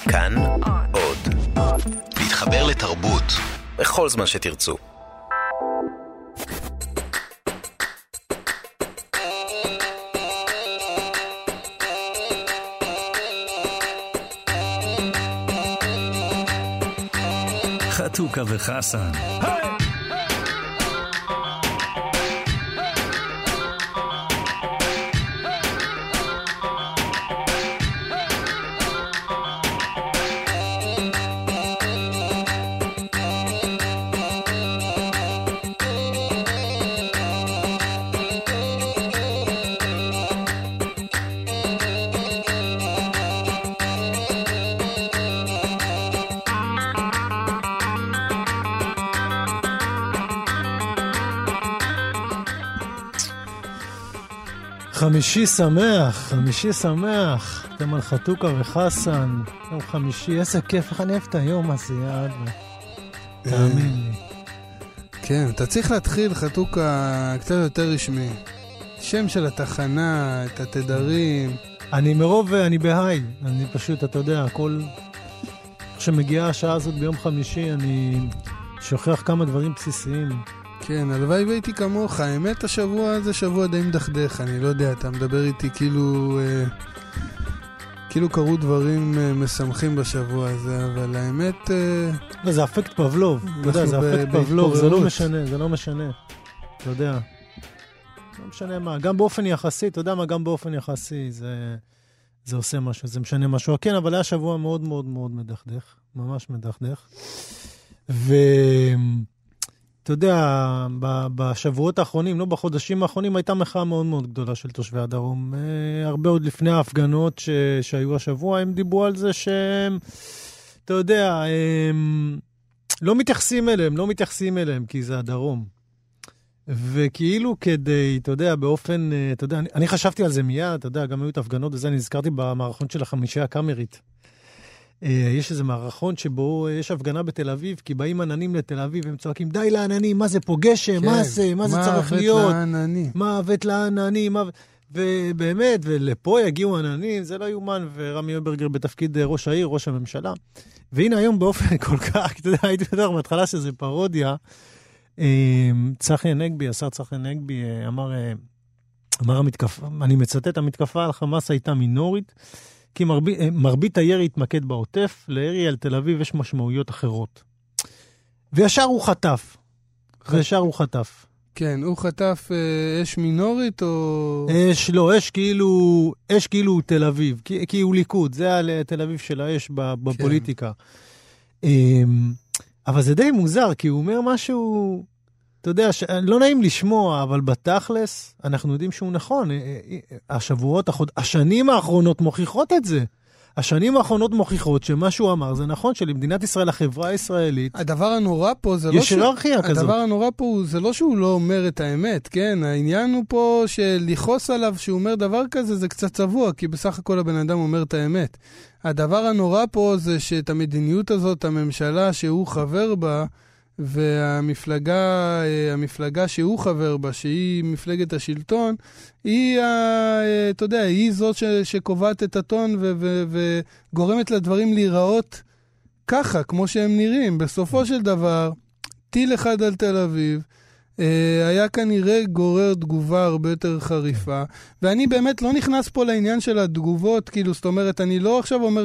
כאן עוד. להתחבר לתרבות בכל זמן שתרצו. חתוכה וחסן. חמישי שמח, חמישי שמח. אתם על חתוכה וחסן. יום חמישי, איזה כיף, איך אני אוהב את היום הזה, יעד. תאמין לי. כן, אתה צריך להתחיל חתוכה קצת יותר רשמי. שם של התחנה, את התדרים. אני מרוב, אני בהיי. אני פשוט, אתה יודע, הכל... כשמגיעה השעה הזאת ביום חמישי, אני שוכח כמה דברים בסיסיים. כן, הלוואי והייתי כמוך. האמת, השבוע זה שבוע די מדחדך. אני לא יודע, אתה מדבר איתי כאילו קרו דברים משמחים בשבוע הזה, אבל האמת... זה אפקט פבלוב. אתה יודע, זה אפקט פבלוב, זה לא משנה, זה לא משנה. אתה יודע. לא משנה מה. גם באופן יחסי, אתה יודע מה, גם באופן יחסי, זה עושה משהו, זה משנה משהו. כן, אבל היה שבוע מאוד מאוד מאוד מדחדך. ממש מדחדך. אתה יודע, בשבועות האחרונים, לא בחודשים האחרונים, הייתה מחאה מאוד מאוד גדולה של תושבי הדרום. הרבה עוד לפני ההפגנות שהיו השבוע, הם דיברו על זה שהם, אתה יודע, לא מתייחסים אליהם, כי זה הדרום. וכאילו כדי, אתה יודע, באופן, אתה יודע, אני חשבתי על זה מיד, אתה יודע, גם היו את ההפגנות וזה, אני נזכרתי במערכון של החמישייה הקאמרית. יש איזה מערכון שבו יש הפגנה בתל אביב, כי באים עננים לתל אביב, הם צועקים, די לעננים, מה זה פה גשם, מה זה צריך להיות? מוות לעננים, ובאמת, ולפה יגיעו עננים, זה לא יומן, ורמי אוברגר בתפקיד ראש העיר, ראש הממשלה. והנה היום באופן כל כך, אתה יודע, הייתי בטוח בהתחלה שזה פרודיה, צחי הנגבי, השר צחי הנגבי, אמר המתקפה, אני מצטט, המתקפה על חמאס הייתה מינורית, כי מרבית הירי התמקד בעוטף, לירי על תל אביב יש משמעויות אחרות. וישר הוא חטף. כן, הוא חטף אש מינורית או... אש כאילו תל אביב, כי הוא ליכוד, זה על תל אביב של האש בפוליטיקה. אבל זה די מוזר, כי הוא אומר משהו... אתה יודע, לא נעים לשמוע, אבל בתכלס, אנחנו יודעים שהוא נכון. השנים האחרונות מוכיחות את זה. השנים האחרונות מוכיחות שמה שהוא אמר זה נכון, שלמדינת ישראל, החברה הישראלית, הדבר הנורא פה זה לא יש היררכיה כזאת. הדבר הנורא פה זה לא שהוא לא אומר את האמת, כן? העניין הוא פה שלכעוס עליו שהוא אומר דבר כזה, זה קצת צבוע, כי בסך הכל הבן אדם אומר את האמת. הדבר הנורא פה זה שאת המדיניות הזאת, הממשלה שהוא חבר בה, והמפלגה שהוא חבר בה, שהיא מפלגת השלטון, היא, אתה יודע, היא זאת שקובעת את הטון וגורמת לדברים להיראות ככה, כמו שהם נראים. בסופו של דבר, טיל אחד על תל אביב, היה כנראה גורר תגובה הרבה יותר חריפה, ואני באמת לא נכנס פה לעניין של התגובות, כאילו, זאת אומרת, אני לא עכשיו אומר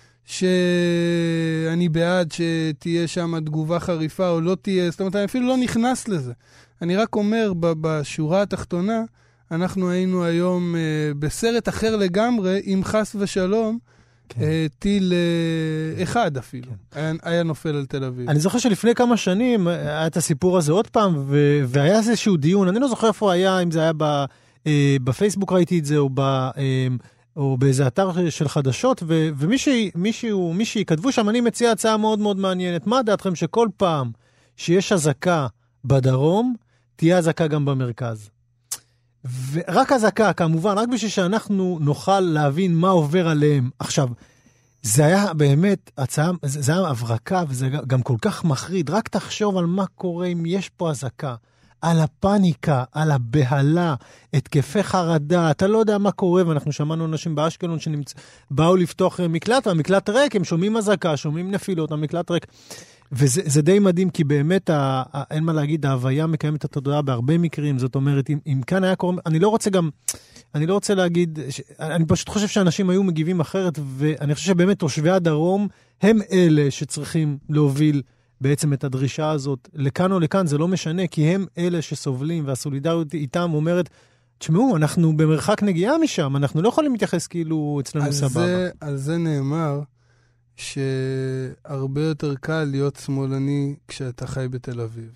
שאני בעד שתהיה שם תגובה חריפה או לא תהיה, זאת אומרת, אני אפילו לא נכנס לזה. אני רק אומר, בשורה התחתונה, אנחנו היינו היום בסרט אחר לגמרי, עם חס ושלום, טיל אחד אפילו, היה נופל על תל אביב. אני זוכר שלפני כמה שנים היה את הסיפור הזה עוד פעם, והיה איזשהו דיון, אני לא זוכר איפה היה, אם זה היה בפייסבוק ראיתי את זה, או באיזה אתר של חדשות, ומישהי כתבו שם, אני מציע הצעה מאוד מאוד מעניינת. מה דעתכם שכל פעם שיש הזקה בדרום, תהיה הזקה גם במרכז? ורק הזקה, כמובן, רק בשביל שאנחנו נוכל להבין מה עובר עליהם. עכשיו, זה היה באמת הצעה, זה היה הברקה, וזה גם כל כך מחריד. רק תחשוב על מה קורה אם יש פה הזקה. על הפאניקה, על הבהלה, התקפי חרדה, אתה לא יודע מה קורה, ואנחנו שמענו אנשים באשקלון שבאו לפתוח מקלט, והמקלט ריק, הם שומעים הזעקה, שומעים נפילות, המקלט ריק. וזה די מדהים, כי באמת, אין מה להגיד, ההוויה מקיימת את התודעה בהרבה מקרים, זאת אומרת, אם כאן היה קורה, אני לא רוצה להגיד, אני פשוט חושב שאנשים היו מגיבים אחרת, ואני חושב שבאמת תושבי הדרום, הם אלה שצריכים להוביל בעצם את הדרישה הזאת, לכאן או לכאן, זה לא משנה, כי הם אלה שסובלים, והסולידריות איתם אומרת, תשמעו, אנחנו במרחק נגיעה משם, אנחנו לא יכולים להתייחס כאילו אצלנו סבבה. על זה נאמר, שהרבה יותר קל להיות שמאלני כשאתה חי בתל אביב.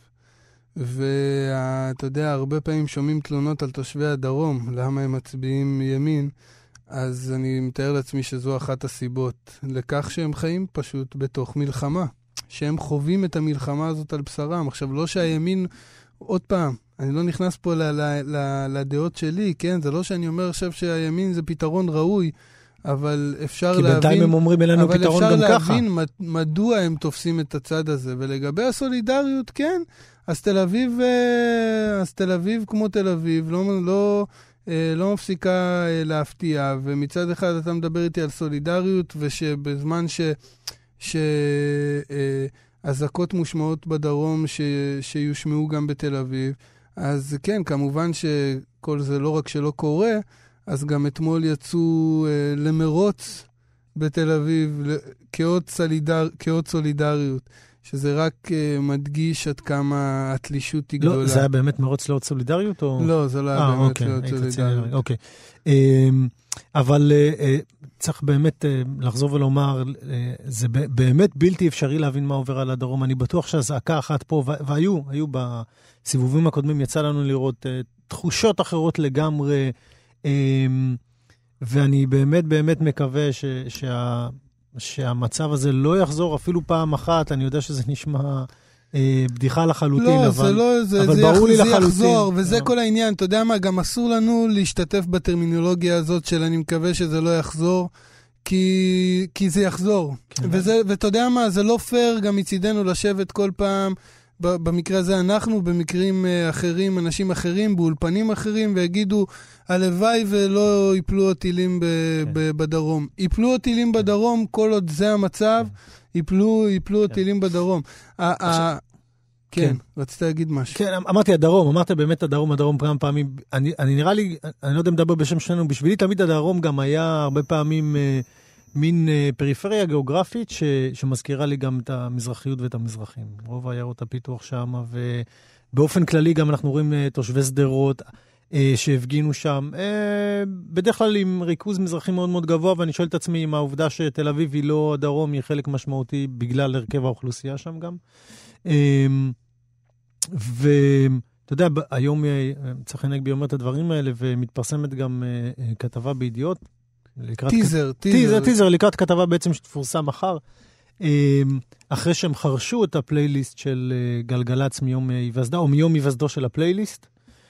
ואתה יודע, הרבה פעמים שומעים תלונות על תושבי הדרום, למה הם מצביעים ימין, אז אני מתאר לעצמי שזו אחת הסיבות לכך שהם חיים פשוט בתוך מלחמה. שהם חווים את המלחמה הזאת על בשרם. עכשיו, לא שהימין, עוד פעם, אני לא נכנס פה לדעות שלי, כן? זה לא שאני אומר עכשיו שהימין זה פתרון ראוי, אבל אפשר להבין... כי בינתיים הם אומרים אלינו פתרון גם ככה. אבל אפשר להבין מדוע הם תופסים את הצד הזה. ולגבי הסולידריות, כן, אז תל אביב כמו תל אביב, לא מפסיקה להפתיע, ומצד אחד אתה מדבר איתי על סולידריות, ושבזמן שהזעקות מושמעות בדרום שיושמעו גם בתל אביב, אז כן, כמובן שכל זה לא רק שלא קורה, אז גם אתמול יצאו למרוץ בתל אביב כאות סולידריות, שזה רק מדגיש עד כמה התלישות היא גדולה. לא, זה היה באמת מרוץ לאות סולידריות? לא, זה לא היה באמת לאות סולידריות. אוקיי. אבל צריך באמת לחזור ולומר, זה באמת בלתי אפשרי להבין מה עובר על הדרום. אני בטוח שהזעקה אחת פה, והיו בסיבובים הקודמים, יצא לנו לראות תחושות אחרות לגמרי, ואני באמת באמת מקווה שהמצב הזה לא יחזור אפילו פעם אחת. אני יודע שזה נשמע בדיחה לחלוטין, לא, אבל ברור לי לחלוטין. יחזור, וזה כל העניין. אתה יודע מה, גם אסור לנו להשתתף בטרמינולוגיה הזאת של אני מקווה שזה לא יחזור, כי זה יחזור. ואתה יודע מה, זה לא פייר גם מצידנו לשבת כל פעם, במקרה הזה אנחנו, במקרים אחרים, אנשים אחרים, באולפנים אחרים, ויגידו, הלוואי ולא יפלו הטילים בדרום. יפלו הטילים בדרום, כל עוד זה המצב, יפלו הטילים בדרום. כן, רצית להגיד משהו. כן, אמרתי הדרום, אמרת באמת הדרום כמה פעמים. אני נראה לי, אני לא יודע מדבר בשם שלנו, בשבילי תמיד הדרום גם היה הרבה פעמים מין פריפריה גיאוגרפית שמזכירה לי גם את המזרחיות ואת המזרחים. רוב עיירות הפיתוח שם, ובאופן כללי גם אנחנו רואים תושבי סדרות שהפגינו שם, בדרך כלל עם ריכוז מזרחי מאוד מאוד גבוה, ואני שואל את עצמי אם העובדה שתל אביב היא לא הדרום, היא חלק משמעותי בגלל הרכב האוכלוסייה שם גם. ואתה יודע, היום צריך לנהג ביומר את הדברים האלה, ומתפרסמת גם כתבה בידיעות, טיזר לקראת כתבה בעצם שתפורסם מחר, אחרי שהם חרשו את הפלייליסט של גלגלץ מיום היווסדה, או מיום היווסדו של הפלייליסט,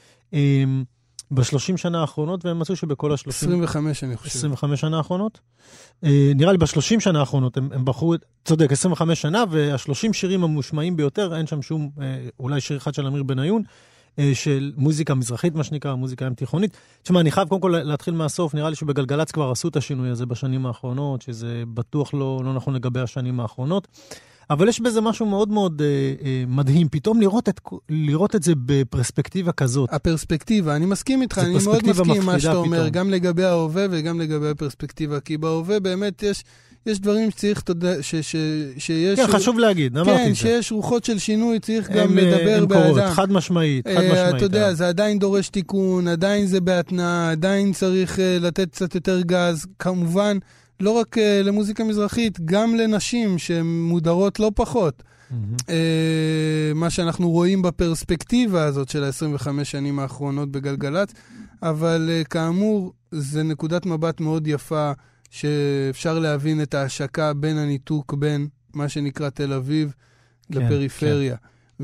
ב-30 שנה האחרונות, והם מצאו שבכל ה-30... 25, אני חושב. 25 שנה האחרונות. נראה לי ב-30 שנה האחרונות, הם בחרו, צודק, 25 שנה, וה-30 שירים המושמעים ביותר, אין שם שום, אולי שיר אחד של אמיר בניון, של מוזיקה מזרחית, מה שנקרא, מוזיקה ים תיכונית. תשמע, אני חייב קודם כל להתחיל מהסוף, נראה לי שבגלגלץ כבר עשו את השינוי הזה בשנים האחרונות, שזה בטוח לא נכון לגבי השנים האחרונות. אבל יש בזה משהו מאוד מאוד מדהים, פתאום לראות את זה בפרספקטיבה כזאת. הפרספקטיבה, אני מסכים איתך, אני מאוד מסכים מה שאתה אומר, גם לגבי ההווה וגם לגבי הפרספקטיבה, כי בהווה באמת יש דברים שצריך, שיש... כן, חשוב להגיד, אמרתי את זה. כן, שיש רוחות של שינוי, צריך גם לדבר באדם. חד משמעית. אתה יודע, זה עדיין דורש תיקון, עדיין זה בהתנאה, עדיין צריך לתת קצת יותר גז, כמובן, לא רק למוזיקה מזרחית, גם לנשים שהן מודרות לא פחות. מה שאנחנו רואים בפרספקטיבה הזאת של ה-25 שנים האחרונות בגלגלץ, אבל כאמור, זה נקודת מבט מאוד יפה, שאפשר להבין את ההשקה בין הניתוק, בין מה שנקרא תל אביב לפריפריה.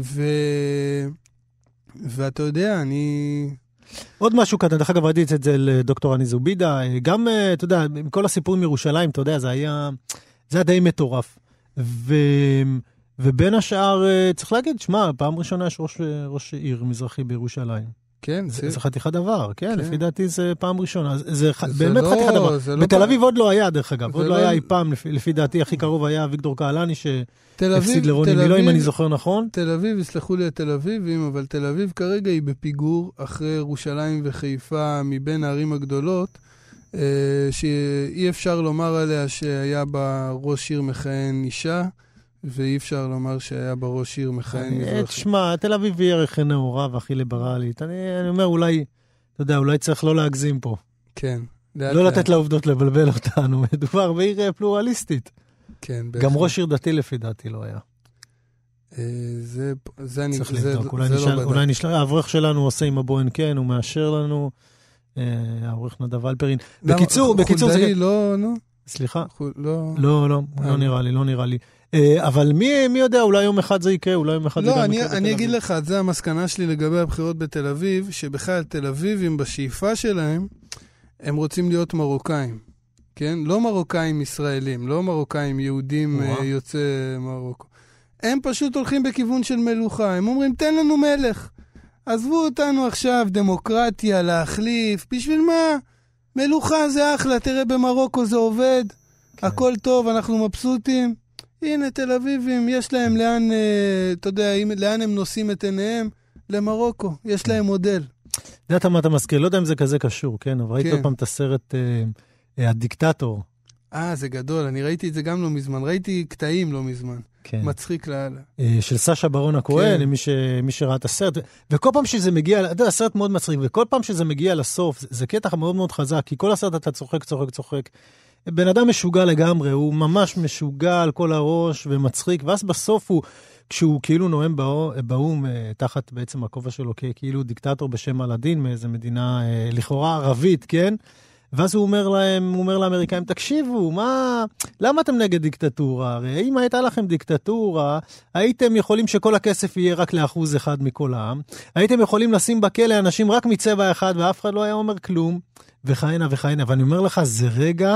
ואתה יודע, עוד משהו קטן, דרך אגב, ראיתי את זה לדוקטור אני זובידה, גם, אתה יודע, עם כל הסיפורים מירושלים, אתה יודע, זה היה די מטורף. ובין השאר, צריך להגיד, שמע, פעם ראשונה יש ראש עיר מזרחי בירושלים. כן, זה חתיכת דבר, כן, לפי דעתי זה פעם ראשונה. זה באמת חתיכת דבר. בתל אביב עוד לא היה, דרך אגב. עוד לא היה אי פעם, לפי דעתי, הכי קרוב היה אביגדור קהלני, שהפסיד לרוני מילוא, אם אני זוכר נכון. תל אביב, יסלחו לי התל אביבים, אבל תל אביב כרגע היא בפיגור, אחרי ירושלים וחיפה, מבין הערים הגדולות, שאי אפשר לומר עליה שהיה בה ראש עיר מכהן אישה, ואי אפשר לומר שהיה בראש עיר מכהן מזרחי. תשמע, תל אביב היא ערך נאורה והכי ליברלית. אני אומר, אולי, אתה יודע, אולי צריך לא להגזים פה. כן. לא לתת לעובדות לבלבל אותנו. מדובר בעיר פלורליסטית. כן. גם ראש עיר דתי לפי דעתי לא היה. צריך לבדוק. אולי נשלח, האברך שלנו עושה עם הבוהן כן, הוא מאשר לנו. האברך נדב אלפרין. בקיצור, חולדאי לא, נו? סליחה? לא נראה לי. אבל מי יודע, אולי יום אחד זה יקרה, אולי יום אחד זה גם יקרה. אני אגיד לך, זה המסקנה שלי לגבי הבחירות בתל אביב, שבכלל תל אביבים בשאיפה שלהם, הם רוצים להיות מרוקאים, כן? לא מרוקאים ישראלים, לא מרוקאים יהודים יוצא מרוקו. הם פשוט הולכים בכיוון של מלוכה, הם אומרים, תן לנו מלך. עזבו אותנו עכשיו, דמוקרטיה, להחליף, בשביל מה? מלוכה זה אחלה, תראה במרוקו זה עובד, הכל טוב, אנחנו מבסוטים. הנה, תל אביבים, יש להם לאן, אתה יודע, לאן הם נושאים את עיניהם? למרוקו, יש להם מודל. יודעת מה אתה מזכיר, לא יודע אם זה כזה קשור, כן? אבל ראיתי עוד פעם את הסרט הדיקטטור. זה גדול, אני ראיתי את זה גם לא מזמן, ראיתי קטעים לא מזמן. מצחיק לאללה. של סשה ברון הכהן, מי שראה את הסרט, וכל פעם שזה מגיע, אתה יודע, הסרט מאוד מצחיק, וכל פעם שזה מגיע לסוף, זה קטע מאוד מאוד חזק, כי כל הסרט אתה צוחק. בן אדם משוגע לגמרי, הוא ממש משוגע על כל הראש ומצחיק, ואז בסוף כשהוא כאילו נואם באום, תחת בעצם הכובע שלו, כאילו דיקטטור בשם אלאדין, מאיזה מדינה לכאורה ערבית, כן? ואז הוא אומר לאמריקאים, תקשיבו, למה אתם נגד דיקטטורה? הרי אם הייתה לכם דיקטטורה, הייתם יכולים שכל הכסף יהיה רק ל1% מכל העם, הייתם יכולים לשים בכלא אנשים רק מצבע אחד, ואף אחד לא היה אומר כלום, וכהנה. ואני אומר לך, זה רגע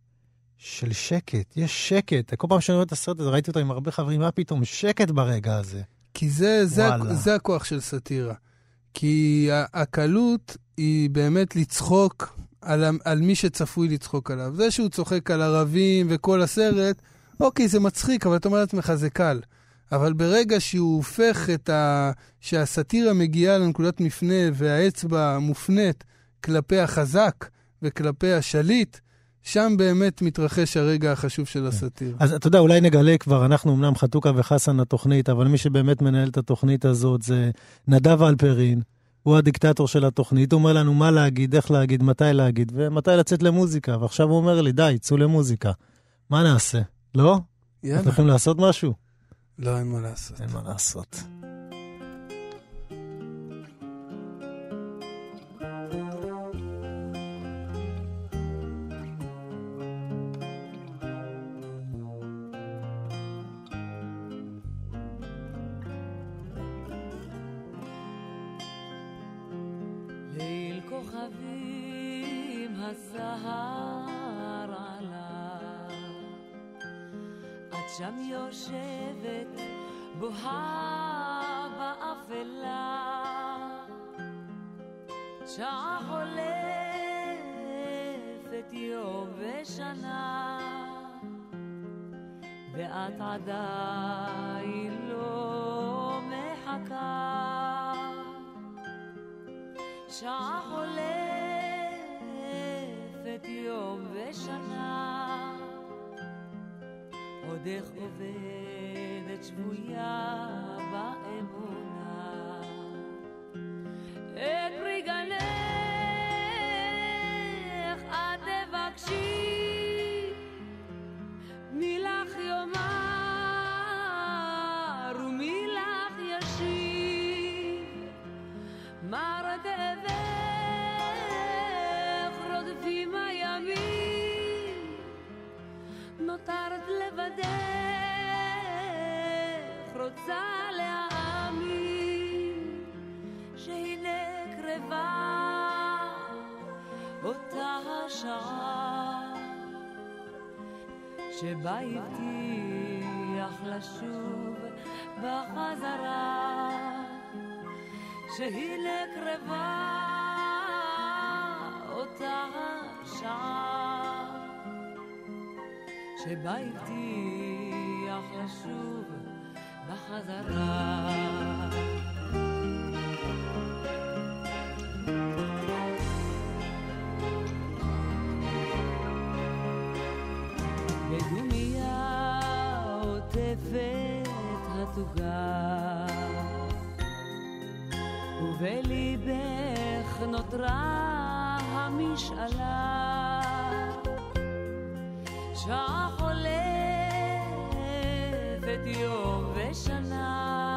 של שקט, יש שקט. כל פעם שאני רואה את הסרט הזה, ראיתי אותו עם הרבה חברים, מה פתאום שקט ברגע הזה? כי זה הכוח של סאטירה. כי הקלות היא באמת לצחוק על מי שצפוי לצחוק עליו. זה שהוא צוחק על ערבים וכל הסרט, אוקיי, זה מצחיק, אבל אתה אומר לעצמך, זה קל. אבל ברגע שהוא הופך שהסאטירה מגיעה לנקודת מפנה, והאצבע מופנית כלפי החזק וכלפי השליט, שם באמת מתרחש הרגע החשוב של הסאטירה. אז אתה יודע, אולי נגלה כבר, אנחנו אמנם חתוכה וחסן התוכנית, אבל מי שבאמת מנהל את התוכנית הזאת זה נדב אלפרין, הוא הדיקטטור של התוכנית, הוא אומר לנו מה להגיד, איך להגיד, מתי להגיד, ומתי לצאת למוזיקה, ועכשיו הוא אומר לי, די, צאו למוזיקה. מה נעשה? לא? אתם הולכים לעשות משהו? לא, אין מה לעשות. אין מה לעשות. כוכבים הסהר עליו, את שם יושבת בוהה באפלה, שעה חולפת יום ושנה, ואת עדיין לא מחכה. שעה חולפת יום ושנה, עודך עובדת שבויה באמונה, את פרי גנך את תבקשי, מילך יאמר ומילך ישיב, מרדבך רודפים הימים, נותרת לבדך רוצה להאמין, שהנה קרבה אותה השעה, שבה הבטיח לשוב בחזרה שהנה קרבה אותה השעה שבה הבטיח לשוב בחזרה בדומיה עוטפת התוגה ובליבך נותרה המשאלה שעה חולפת יום ושנה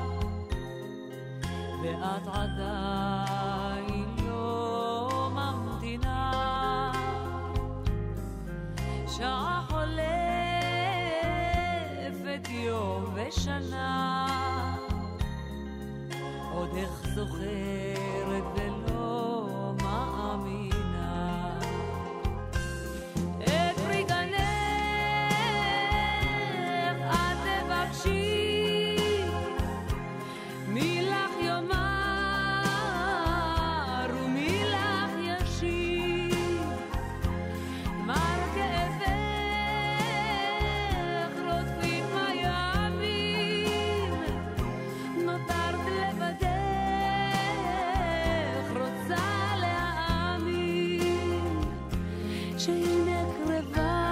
ואת עדיין לא ממתינה שעה חולפת יום ושנה עוד איך זוכרת ולא מאמינה את רגנך את תבקשי מילך יאמר ומילך ישיב מר כאבך רודפים הימים נותרת לבדך רוצה להאמין שהנה קרבה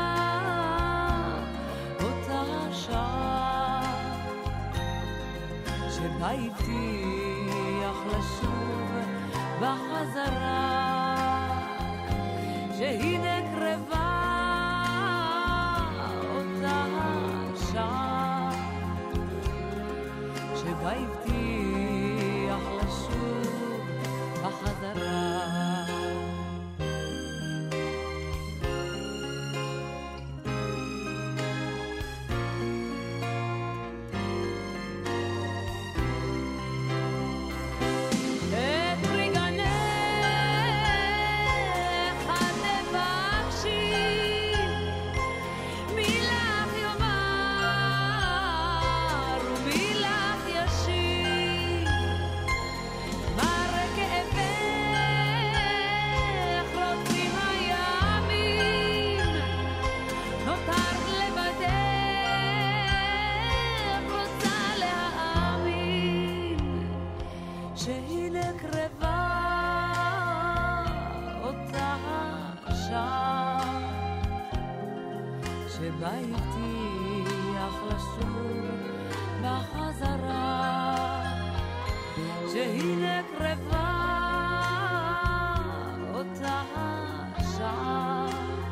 אותה השעה שבה הבטיח לשוב בחזרה שהנה קרבה אותה השעה שבה הבטיח לשוב בחזרה את רגנך את תבקשי מילך יאמר ומילך ישיב מר כאבך רודפים הימים נותרת לבדך רוצה להאמין שהנה קרבה אותה השעה שבה הבטיח לשוב בחזרה שהנה קרבה אותה השעה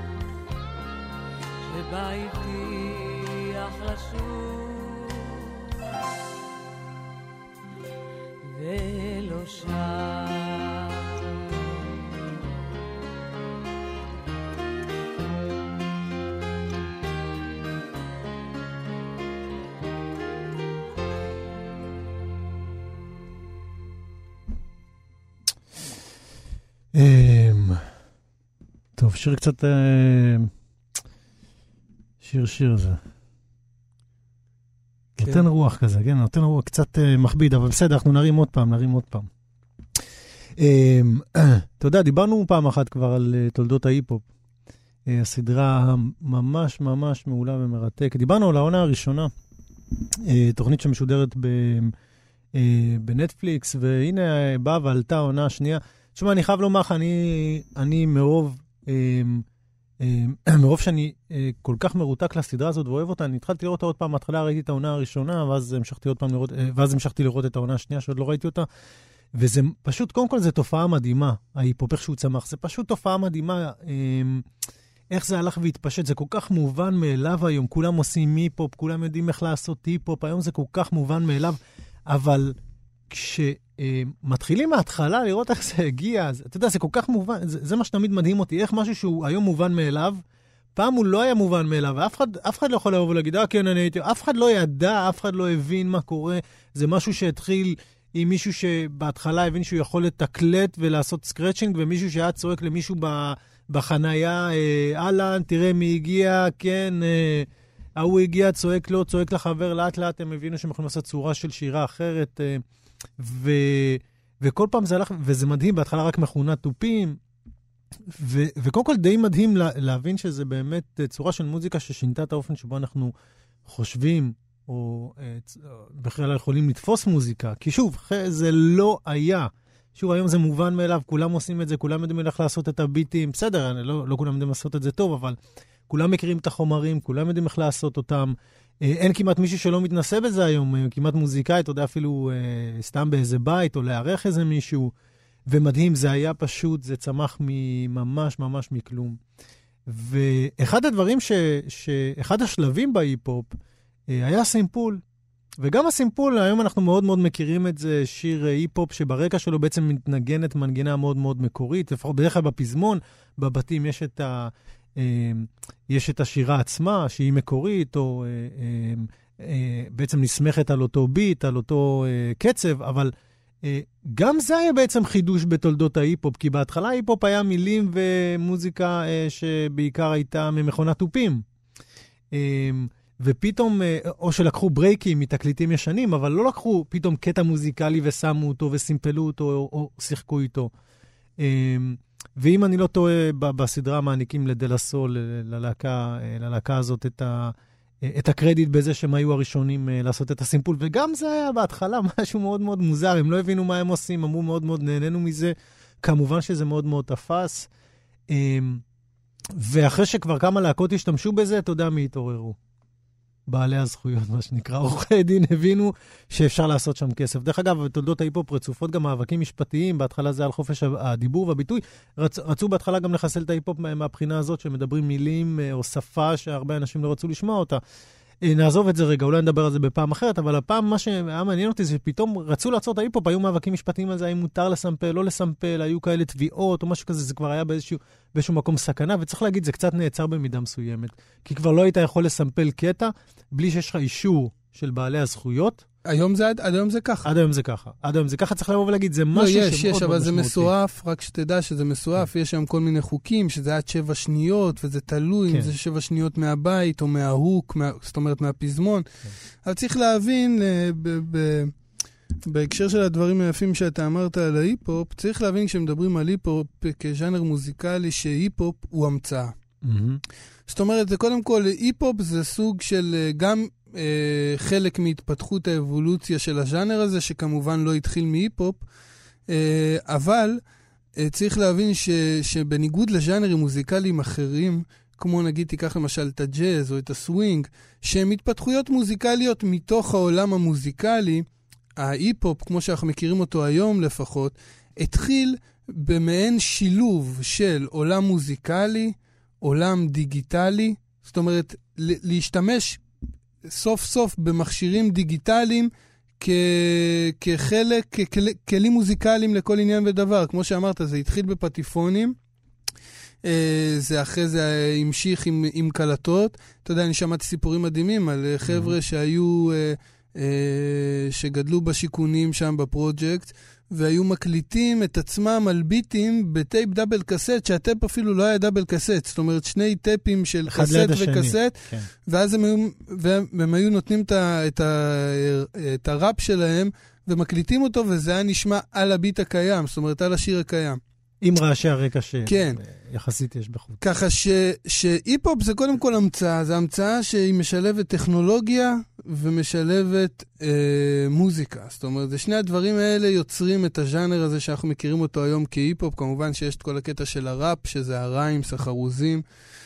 שבה הבטיח לשוב ולא שם טוב, שיר קצת... שיר זה. נותן רוח כזה, כן? נותן רוח קצת מכביד, אבל בסדר, אנחנו נרים עוד פעם. אתה יודע, דיברנו פעם אחת כבר על תולדות ההיפ-הופ. הסדרה ממש ממש מעולה ומרתק. דיברנו על העונה הראשונה, תוכנית שמשודרת בנטפליקס, והנה באה ועלתה העונה השנייה. תשמע, אני חייב לומר לך, אני מרוב שאני כל כך מרותק לסדרה הזאת ואוהב אותה, אני התחלתי לראות אותה עוד פעם, מהתחלה ראיתי את העונה הראשונה, ואז המשכתי לראות את העונה השנייה, שעוד לא ראיתי אותה, וזה פשוט, קודם כל זה תופעה מדהימה, ההיפ-הופ איך שהוא צמח, זה פשוט תופעה מדהימה, איך זה הלך והתפשט, זה כל כך מובן מאליו היום, כולם עושים היפ-הופ, כולם יודעים איך לעשות היפ-הופ, היום זה כל כך מובן מאליו, אבל כשמתחילים מההתחלה לראות איך זה הגיע, אז, אתה יודע, זה כל כך מובן, זה מה שתמיד מדהים אותי, איך משהו שהוא היום מובן מאליו, פעם הוא לא היה מובן מאליו, ואף אחד לא יכול לבוא ולהגיד, כן, אני הייתי, אף אחד לא ידע, אף אחד לא הבין מה קורה, זה משהו שהתחיל עם מישהו שבהתחלה הבין שהוא יכול לתקלט ולעשות סקרצ'ינג, ומישהו שהיה צועק למישהו בחנייה, אלן, תראה מי הגיע, כן, הוא הגיע, צועק לו, צועק לחבר, לאט לאט הם הבינו שהם יכולים לעשות צורה של שירה אחרת, וכל פעם זה הלך, וזה מדהים, בהתחלה רק מכונת טופים, וקודם כל די מדהים להבין שזה באמת צורה של מוזיקה ששינתה את האופן שבו אנחנו חושבים, או בכלל יכולים לתפוס מוזיקה, כי שוב, זה לא היה. שוב, היום זה מובן מאליו, כולם עושים את זה, כולם יודעים איך לעשות את הביטים, בסדר, לא כולם יודעים לעשות את זה טוב, אבל כולם מכירים את החומרים, כולם יודעים איך לעשות אותם. אין כמעט מישהו שלא מתנסה בזה היום, כמעט מוזיקאי, אתה יודע, אפילו סתם באיזה בית, או לארח איזה מישהו, ומדהים, זה היה פשוט, זה צמח ממש ממש מכלום. ואחד הדברים אחד השלבים בהיפ-הופ, היה סימפול. וגם הסימפול, היום אנחנו מאוד מאוד מכירים את זה, שיר היפ-הופ שברקע שלו בעצם מתנגנת מנגינה מאוד מאוד מקורית, בדרך כלל בפזמון, בבתים יש את השירה עצמה, שהיא מקורית, או בעצם נסמכת על אותו ביט, על אותו קצב, אבל גם זה היה בעצם חידוש בתולדות ההיפ-הופ, כי בהתחלה ההיפ-הופ היה מילים ומוזיקה שבעיקר הייתה ממכונת טופים. ופתאום, או שלקחו ברייקים מתקליטים ישנים, אבל לא לקחו פתאום קטע מוזיקלי ושמו אותו וסימפלו אותו או שיחקו איתו. ואם אני לא טועה, בסדרה מעניקים לדלסול, ללהקה הזאת את הקרדיט בזה שהם היו הראשונים לעשות את הסימפול, וגם זה היה בהתחלה משהו מאוד מאוד מוזר, הם לא הבינו מה הם עושים, אמרו מאוד מאוד נהנינו מזה, כמובן שזה מאוד מאוד תפס, ואחרי שכבר כמה להקות השתמשו בזה, אתה יודע מי התעוררו. בעלי הזכויות, מה שנקרא, עורכי דין הבינו שאפשר לעשות שם כסף. דרך אגב, בתולדות ההיפ-הופ רצופות גם מאבקים משפטיים, בהתחלה זה על חופש הדיבור והביטוי, רצו בהתחלה גם לחסל את ההיפ-הופ מהבחינה הזאת, שמדברים מילים או שפה שהרבה אנשים לא רצו לשמוע אותה. נעזוב את זה רגע, אולי נדבר על זה בפעם אחרת, אבל הפעם מה שהיה מעניין אותי זה שפתאום רצו לעצור את ההיפ-הופ, היו מאבקים משפטיים על זה, האם מותר לסמפל, לא לסמפל, היו כאלה תביעות או משהו כזה, זה כבר היה באיזשהו מקום סכנה, וצריך להגיד, זה קצת נעצר במידה מסוימת, כי כבר לא היית יכול לסמפל קטע, בלי שיש לך אישור של בעלי הזכויות. היום זה ככה. עד היום זה ככה. עד היום זה ככה, צריך לבוא ולהגיד, זה משהו שמאוד משמעותי. יש, אבל זה מסועף, רק שתדע שזה מסועף, יש שם כל מיני חוקים, שזה עד 7 שניות, וזה תלוי אם זה 7 שניות מהבית, או מההוק, זאת אומרת מהפזמון. אבל צריך להבין, בהקשר של הדברים היפים שאתה אמרת על ההיפ-הופ, צריך להבין כשמדברים על היפ-הופ כז'אנר מוזיקלי, שהיפ-הופ הוא המצאה. זאת אומרת, קודם כל, היפ-הופ זה סוג של גם חלק מהתפתחות האבולוציה של הז'אנר הזה, שכמובן לא התחיל מהיפ-הופ, אבל צריך להבין שבניגוד לז'אנרים מוזיקליים אחרים, כמו נגיד תיקח למשל את הג'אז או את הסווינג, שהם התפתחויות מוזיקליות מתוך העולם המוזיקלי, ההיפ-הופ, כמו שאנחנו מכירים אותו היום לפחות, התחיל במעין שילוב של עולם מוזיקלי, עולם דיגיטלי, זאת אומרת, להשתמש סוף סוף במכשירים דיגיטליים כחלק, כלים מוזיקליים לכל עניין ודבר. כמו שאמרת, זה התחיל בפטיפונים, זה אחרי זה המשיך עם קלטות. אתה יודע, אני שמעתי סיפורים מדהימים על חבר'ה שהיו, שגדלו בשיכונים שם בפרוג'קט, והיו מקליטים את עצמם על ביטים בטייפ דאבל קסט, שהטייפ אפילו לא היה דאבל קסט, זאת אומרת שני טייפים של קסט וקסט, כן. ואז הם היו נותנים את הראפ שלהם, ומקליטים אותו, וזה היה נשמע על הביט הקיים, זאת אומרת על השיר הקיים. עם רעשי הרקע כן. שיחסית יש בחוץ. ככה שהיפ-הופ זה קודם כל המצאה, זה המצאה שהיא משלבת טכנולוגיה ומשלבת מוזיקה. זאת אומרת, שני הדברים האלה יוצרים את הז'אנר הזה שאנחנו מכירים אותו היום כהיפ-הופ, כמובן שיש את כל הקטע של הראפ, שזה הריימס, החרוזים,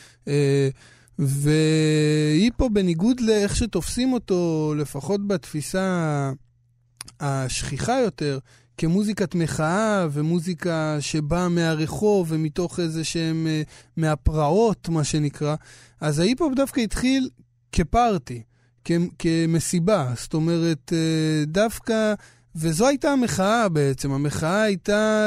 והיפ-הופ בניגוד לאיך שתופסים אותו, לפחות בתפיסה השכיחה יותר, כמוזיקת מחאה ומוזיקה שבאה מהרחוב ומתוך איזה שהם מהפרעות, מה שנקרא. אז ההיפ-הופ דווקא התחיל כפארטי, כמסיבה. זאת אומרת, דווקא, וזו הייתה המחאה בעצם. המחאה הייתה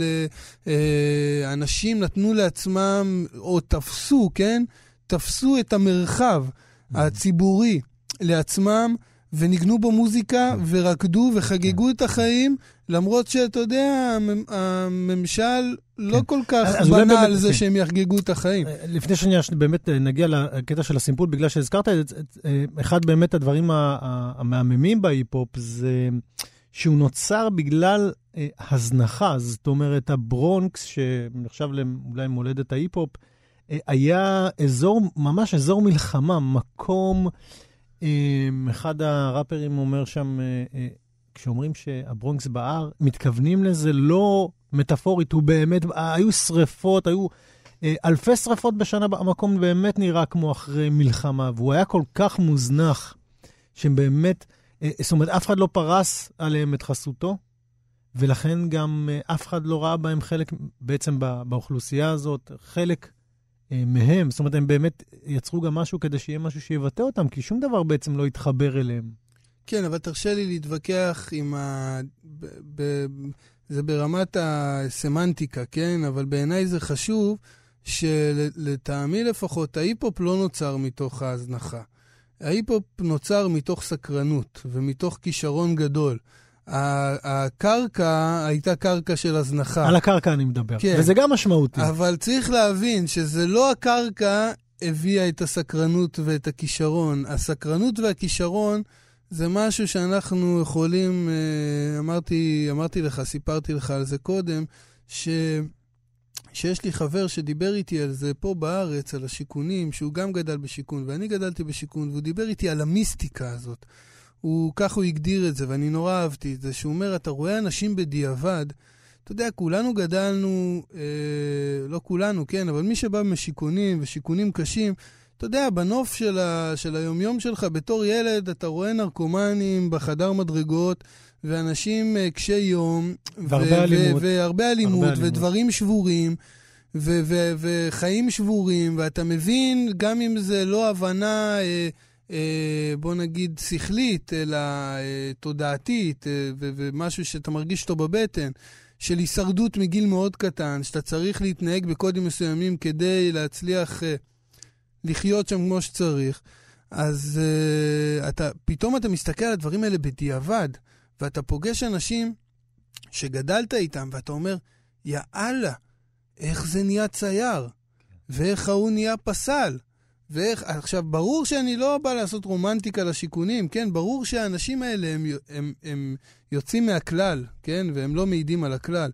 אנשים נתנו לעצמם, או תפסו, כן? תפסו את המרחב הציבורי לעצמם, וניגנו בו מוזיקה, ורקדו וחגגו את החיים, למרות שאתה יודע, הממשל לא כל כך בנה על זה שהם יחגגו את החיים. לפני שנייה, באמת נגיע לקטע של הסימפול, בגלל שהזכרת, אחד באמת הדברים המהממים בהיפ-הופ, זה שהוא נוצר בגלל הזנחה, זאת אומרת, הברונקס, שנחשב אולי מולדת ההיפ-הופ, היה אזור, ממש אזור מלחמה, מקום, אחד הראפרים אומר שם, כשאומרים שהברונקס בער, מתכוונים לזה לא מטאפורית, הוא באמת, היו שריפות, היו אלפי שריפות בשנה, המקום באמת נראה כמו אחרי מלחמה, והוא היה כל כך מוזנח, שהם באמת, זאת אומרת, אף אחד לא פרס עליהם את חסותו, ולכן גם אף אחד לא ראה בהם חלק, בעצם באוכלוסייה הזאת, חלק מהם, זאת אומרת, הם באמת יצרו גם משהו כדי שיהיה משהו שיבטא אותם, כי שום דבר בעצם לא יתחבר אליהם. כן, אבל תרשה לי להתווכח עם זה ברמת הסמנטיקה, כן? אבל בעיניי זה חשוב שלטעמי לפחות, ההיפ-הופ לא נוצר מתוך ההזנחה. ההיפ-הופ נוצר מתוך סקרנות ומתוך כישרון גדול. הקרקע הייתה קרקע של הזנחה. על הקרקע אני מדבר, כן. וזה גם משמעותי. אבל צריך להבין שזה לא הקרקע הביאה את הסקרנות ואת הכישרון. הסקרנות והכישרון זה משהו שאנחנו יכולים, אמרתי לך, סיפרתי לך על זה קודם, שיש לי חבר שדיבר איתי על זה פה בארץ, על השיקונים, שהוא גם גדל בשיקון, ואני גדלתי בשיקון, והוא דיבר איתי על המיסטיקה הזאת. כך הוא הגדיר את זה, ואני נורא אהבתי את זה, שהוא אומר, אתה רואה אנשים בדיעבד, אתה יודע, כולנו גדלנו, לא כולנו, כן, אבל מי שבא משיקונים ושיקונים קשים, אתה יודע, בנוף של היומיום שלך, בתור ילד, אתה רואה נרקומנים בחדר מדרגות, ואנשים קשי יום, והרבה אלימות, ודברים שבורים, וחיים שבורים, ואתה מבין, גם אם זה לא הבנה, בוא נגיד שכלית, אלא תודעתית, ומשהו שאתה מרגיש אותו בבטן, של הישרדות מגיל מאוד קטן, שאתה צריך להתנהג בקודים מסוימים כדי להצליח לחיות שם כמו שצריך, אז פתאום אתה מסתכל על הדברים האלה בדיעבד, ואתה פוגש אנשים שגדלת איתם, ואתה אומר, יאללה, איך זה נהיה צייר, ואיך הוא נהיה פסל, עכשיו, ברור שאני לא בא לעשות רומנטיקה לשיקונים, כן? ברור שהאנשים האלה הם יוצאים מהכלל, כן? והם לא מעידים על הכלל.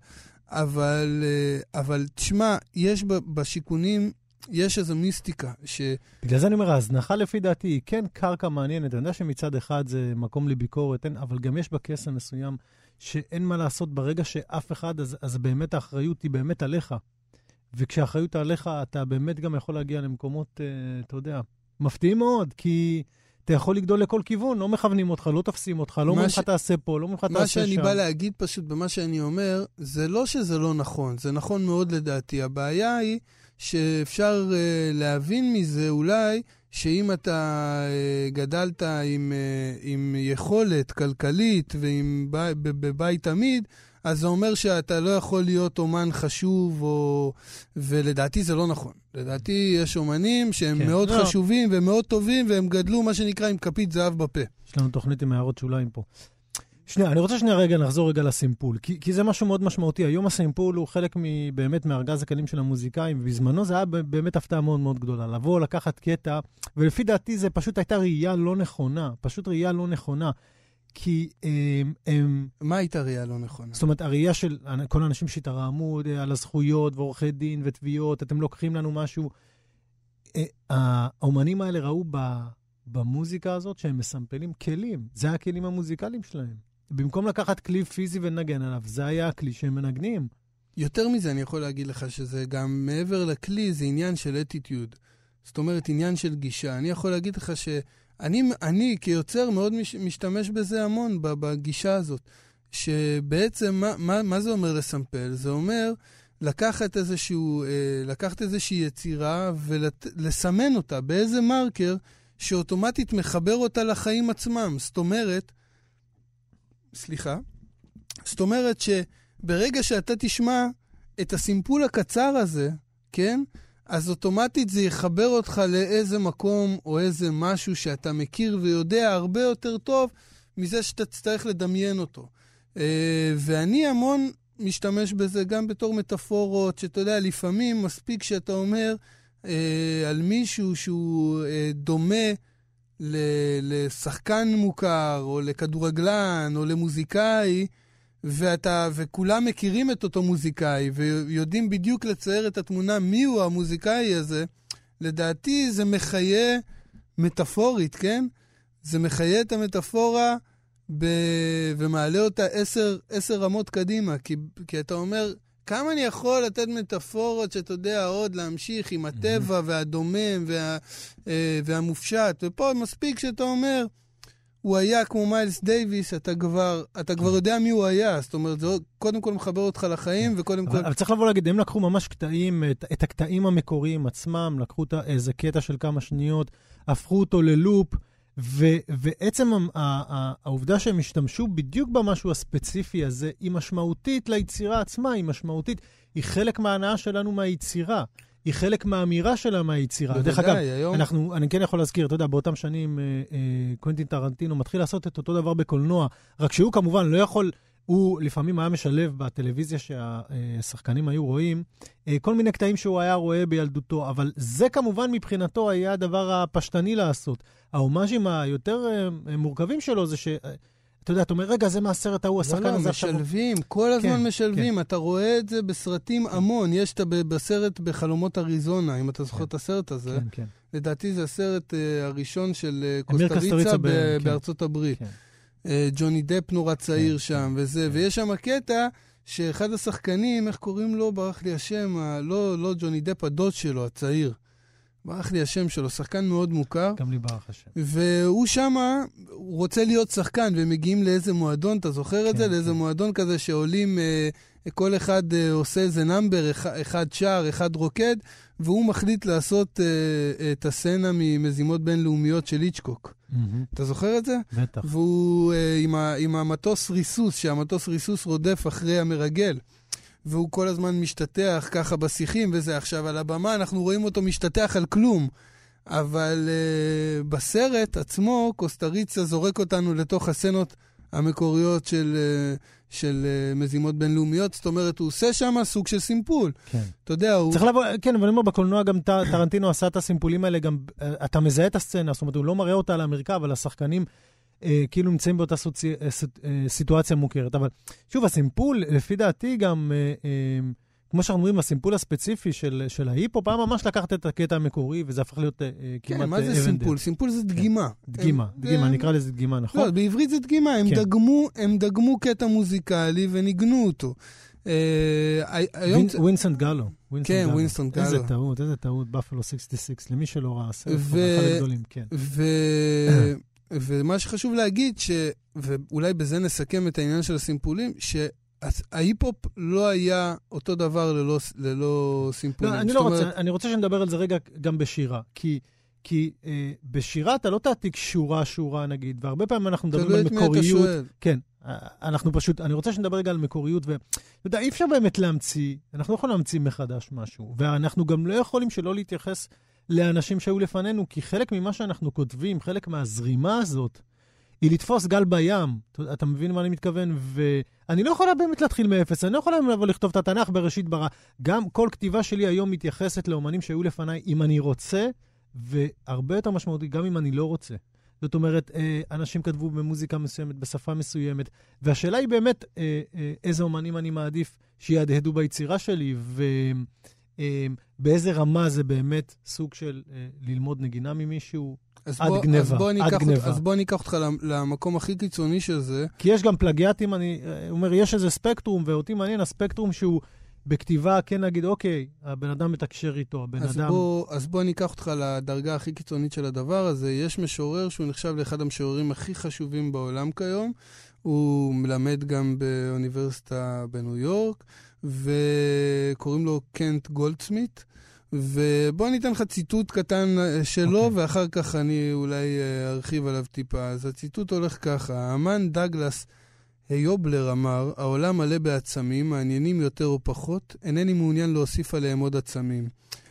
אבל תשמע, יש בשיקונים, יש איזו מיסטיקה בגלל זה אני אומר, ההזנחה לפי דעתי היא כן קרקע מעניינת. אני יודע שמצד אחד זה מקום לביקורת, אבל גם יש בקסם מסוים שאין מה לעשות ברגע שאף אחד, אז באמת האחריות היא באמת עליך. וכשהאחריות עליך, אתה באמת גם יכול להגיע למקומות, אתה יודע, מפתיעים מאוד, כי אתה יכול לגדול לכל כיוון, לא מכוונים אותך, לא תפסים אותך, לא אומרים לך תעשה פה, לא אומרים לך תעשה שם. מה שאני בא להגיד פשוט במה שאני אומר, זה לא שזה לא נכון, זה נכון מאוד לדעתי. הבעיה היא שאפשר להבין מזה אולי, שאם אתה גדלת עם יכולת כלכלית ובבית תמיד, אז זה אומר שאתה לא יכול להיות אומן חשוב, ולדעתי זה לא נכון. לדעתי יש אומנים שהם מאוד חשובים ומאוד טובים, והם גדלו מה שנקרא עם כפית זהב בפה. יש לנו תוכנית עם הערות שוליים פה. אני רוצה נחזור רגע לסימפול, כי זה משהו מאוד משמעותי. היום הסימפול הוא חלק באמת מארגז הכלים של המוזיקאים, ובזמנו זה היה באמת הפתעה מאוד מאוד גדולה. לבוא, לקחת קטע, ולפי דעתי זה פשוט הייתה ראייה לא נכונה, פשוט ראייה לא נכונה. כי מה הייתה ראייה לא נכונה? זאת אומרת, הראייה של כל האנשים שהתרעמו על הזכויות ועורכי דין ותביעות, אתם לוקחים לנו משהו. האומנים האלה ראו במוזיקה הזאת שהם מסמפלים כלים. זה הכלים המוזיקליים שלהם. במקום לקחת כלי פיזי ונגן עליו, זה היה הכלי שהם מנגנים. יותר מזה אני יכול להגיד לך שזה גם מעבר לכלי, זה עניין של אטיטיוד. זאת אומרת, עניין של גישה. אני יכול להגיד לך אני כיוצר מאוד משתמש בזה המון, בגישה הזאת, שבעצם מה זה אומר לסמפל? זה אומר לקחת איזושהי יצירה ולסמן אותה באיזה מרקר שאוטומטית מחבר אותה לחיים עצמם. זאת אומרת שברגע שאתה תשמע את הסימפול הקצר הזה, כן? אז אוטומטית זה יחבר אותך לאיזה מקום או איזה משהו שאתה מכיר ויודע הרבה יותר טוב מזה שאתה תצטרך לדמיין אותו. ואני המון משתמש בזה גם בתור מטאפורות, שאתה יודע, לפעמים מספיק שאתה אומר על מישהו שהוא דומה לשחקן מוכר, או לכדורגלן, או למוזיקאי, וכולם מכירים את אותו מוזיקאי, ויודעים בדיוק לצייר את התמונה מיהו המוזיקאי הזה, לדעתי זה מחיה מטאפורית, כן? זה מחיה את המטאפורה ומעלה אותה 10 רמות קדימה, כי אתה אומר, כמה אני יכול לתת מטאפורות שאתה יודע עוד להמשיך עם הטבע והדומם והמופשט, ופה מספיק שאתה אומר, הוא היה כמו מיילס דייביס, אתה כבר יודע מי הוא היה, זאת אומרת, זה קודם כל מחבר אותך לחיים, וקודם כל... אבל צריך לבוא להגיד, הם לקחו ממש קטעים, את הקטעים המקוריים עצמם, לקחו איזה קטע של כמה שניות, הפכו אותו ללופ, ועצם העובדה שהם השתמשו בדיוק במשהו הספציפי הזה, היא משמעותית ליצירה עצמה, היא משמעותית, היא חלק מההנאה שלנו מהיצירה, היא חלק מהאמירה שלה מהיצירה. דרך אגב, אני כן יכול להזכיר, אתה יודע, באותם שנים קוונטין טרנטינו מתחיל לעשות את אותו דבר בקולנוע, רק שהוא כמובן לא יכול, הוא לפעמים היה משלב בטלוויזיה שהשחקנים היו רואים, כל מיני קטעים שהוא היה רואה בילדותו, אבל זה כמובן מבחינתו היה הדבר הפשטני לעשות. ההומאז'ים היותר מורכבים שלו זה אתה יודע, אתה אומר, רגע, זה מהסרט ההוא, השחקן הזה עכשיו... משלבים, כל הזמן משלבים. אתה רואה את זה בסרטים המון. יש את בסרט בחלומות אריזונה, אם אתה זוכר את הסרט הזה. לדעתי זה הסרט הראשון של קוסטריצה בארצות הברית. ג'וני דפ נורא צעיר שם, וזה. ויש שם הקטע שאחד השחקנים, איך קוראים לו? ברח לי השם, לא ג'וני דפ, הדוד שלו, הצעיר. ברח לי השם שלו, שחקן מאוד מוכר. גם לי ברח השם. והוא שמה, הוא רוצה להיות שחקן, והם מגיעים לאיזה מועדון, אתה זוכר את זה? לאיזה מועדון כזה שעולים, כל אחד עושה איזה נאמבר, אחד שר, אחד רוקד, והוא מחליט לעשות את הסצנה ממזימות בינלאומיות של היצ'קוק. אתה זוכר את זה? בטח. והוא עם המטוס ריסוס, שהמטוס ריסוס רודף אחרי המרגל. והוא כל הזמן משתתח ככה בשיחים וזה. עכשיו על הבמה אנחנו רואים אותו משתתח על כלום, אבל בסרט עצמו קוסטריצה זורק אותנו לתוך הסצנות המקוריות של מזימות בינלאומיות, זאת אומרת הוא עושה שם סוג של סימפול. כן. אתה יודע, הוא... צריך לבוא, כן, אבל אני אומר, בקולנוע גם טרנטינו עשה את הסימפולים האלה, גם אתה מזהה את הסצנה, זאת אומרת הוא לא מראה אותה על האמריקה, אבל השחקנים כאילו נמצאים באותה סיטואציה מוכרת. אבל שוב, הסימפול, לפי דעתי גם, כמו שאנחנו אומרים, הסימפול הספציפי של ההיפ-הופ, ממש לקחת את הקטע המקורי, וזה הפך להיות כמעט... כן, מה זה סימפול? סימפול זה דגימה. דגימה, נקרא לזה דגימה, נכון? לא, בעברית זה דגימה, הם דגמו קטע מוזיקלי וניגנו אותו. ווינסנט גלו. כן, ווינסטון גלו. איזה טעות, באפלו 66, למי שלא ראה, סרט אחד הגדולים, כן. ומה שחשוב להגיד, ואולי בזה נסכם את העניין של הסימפולים, שההיפ-הופ לא היה אותו דבר ללא סימפולים. לא, אני רוצה שנדבר על זה רגע גם בשירה, כי בשירה אתה לא תעתיק שורה נגיד, והרבה פעמים אנחנו מדברים על מקוריות. כן, אנחנו פשוט, אני רוצה שנדבר רגע על מקוריות, אי אפשר באמת להמציא, אנחנו לא יכולים להמציא מחדש משהו, ואנחנו גם לא יכולים שלא להתייחס לאנשים שהיו לפנינו, כי חלק ממה שאנחנו כותבים, חלק מהזרימה הזאת, היא לתפוס גל בים. אתה מבין מה אני מתכוון? ואני לא יכולה באמת להתחיל מאפס, אני לא יכולה לבוא לכתוב את התנ"ך בראשית ברא. גם כל כתיבה שלי היום מתייחסת לאומנים שהיו לפניי, אם אני רוצה, והרבה יותר משמעותי, גם אם אני לא רוצה. זאת אומרת, אנשים כתבו במוזיקה מסוימת, בשפה מסוימת, והשאלה היא באמת, איזה אומנים אני מעדיף שיהדהדו ביצירה שלי, באיזה רמה זה באמת סוג של ללמוד נגינה ממישהו עד גניבה. אז בוא ניקח אותך למקום הכי קיצוני של זה. כי יש גם פלגיאטים, אני אומר, יש איזה ספקטרום, ואותי מעניין, הספקטרום שהוא בכתיבה, כן נגיד, אוקיי, הבן אדם מתקשר איתו, אז בוא ניקח אותך לדרגה הכי קיצונית של הדבר הזה. יש משורר שהוא נחשב לאחד המשוררים הכי חשובים בעולם כיום. הוא מלמד גם באוניברסיטה בניו יורק, וקוראים לו קנט גולדסמית, ובוא ניתן לך ציטוט קטן שלו, ואחר כך אני אולי ארחיב עליו טיפה. אז הציטוט הולך ככה: האמן דגלס היובלר אמר, העולם מלא בעצמים, מעניינים יותר או פחות, אינני מעוניין להוסיף עליהם עוד עצמים.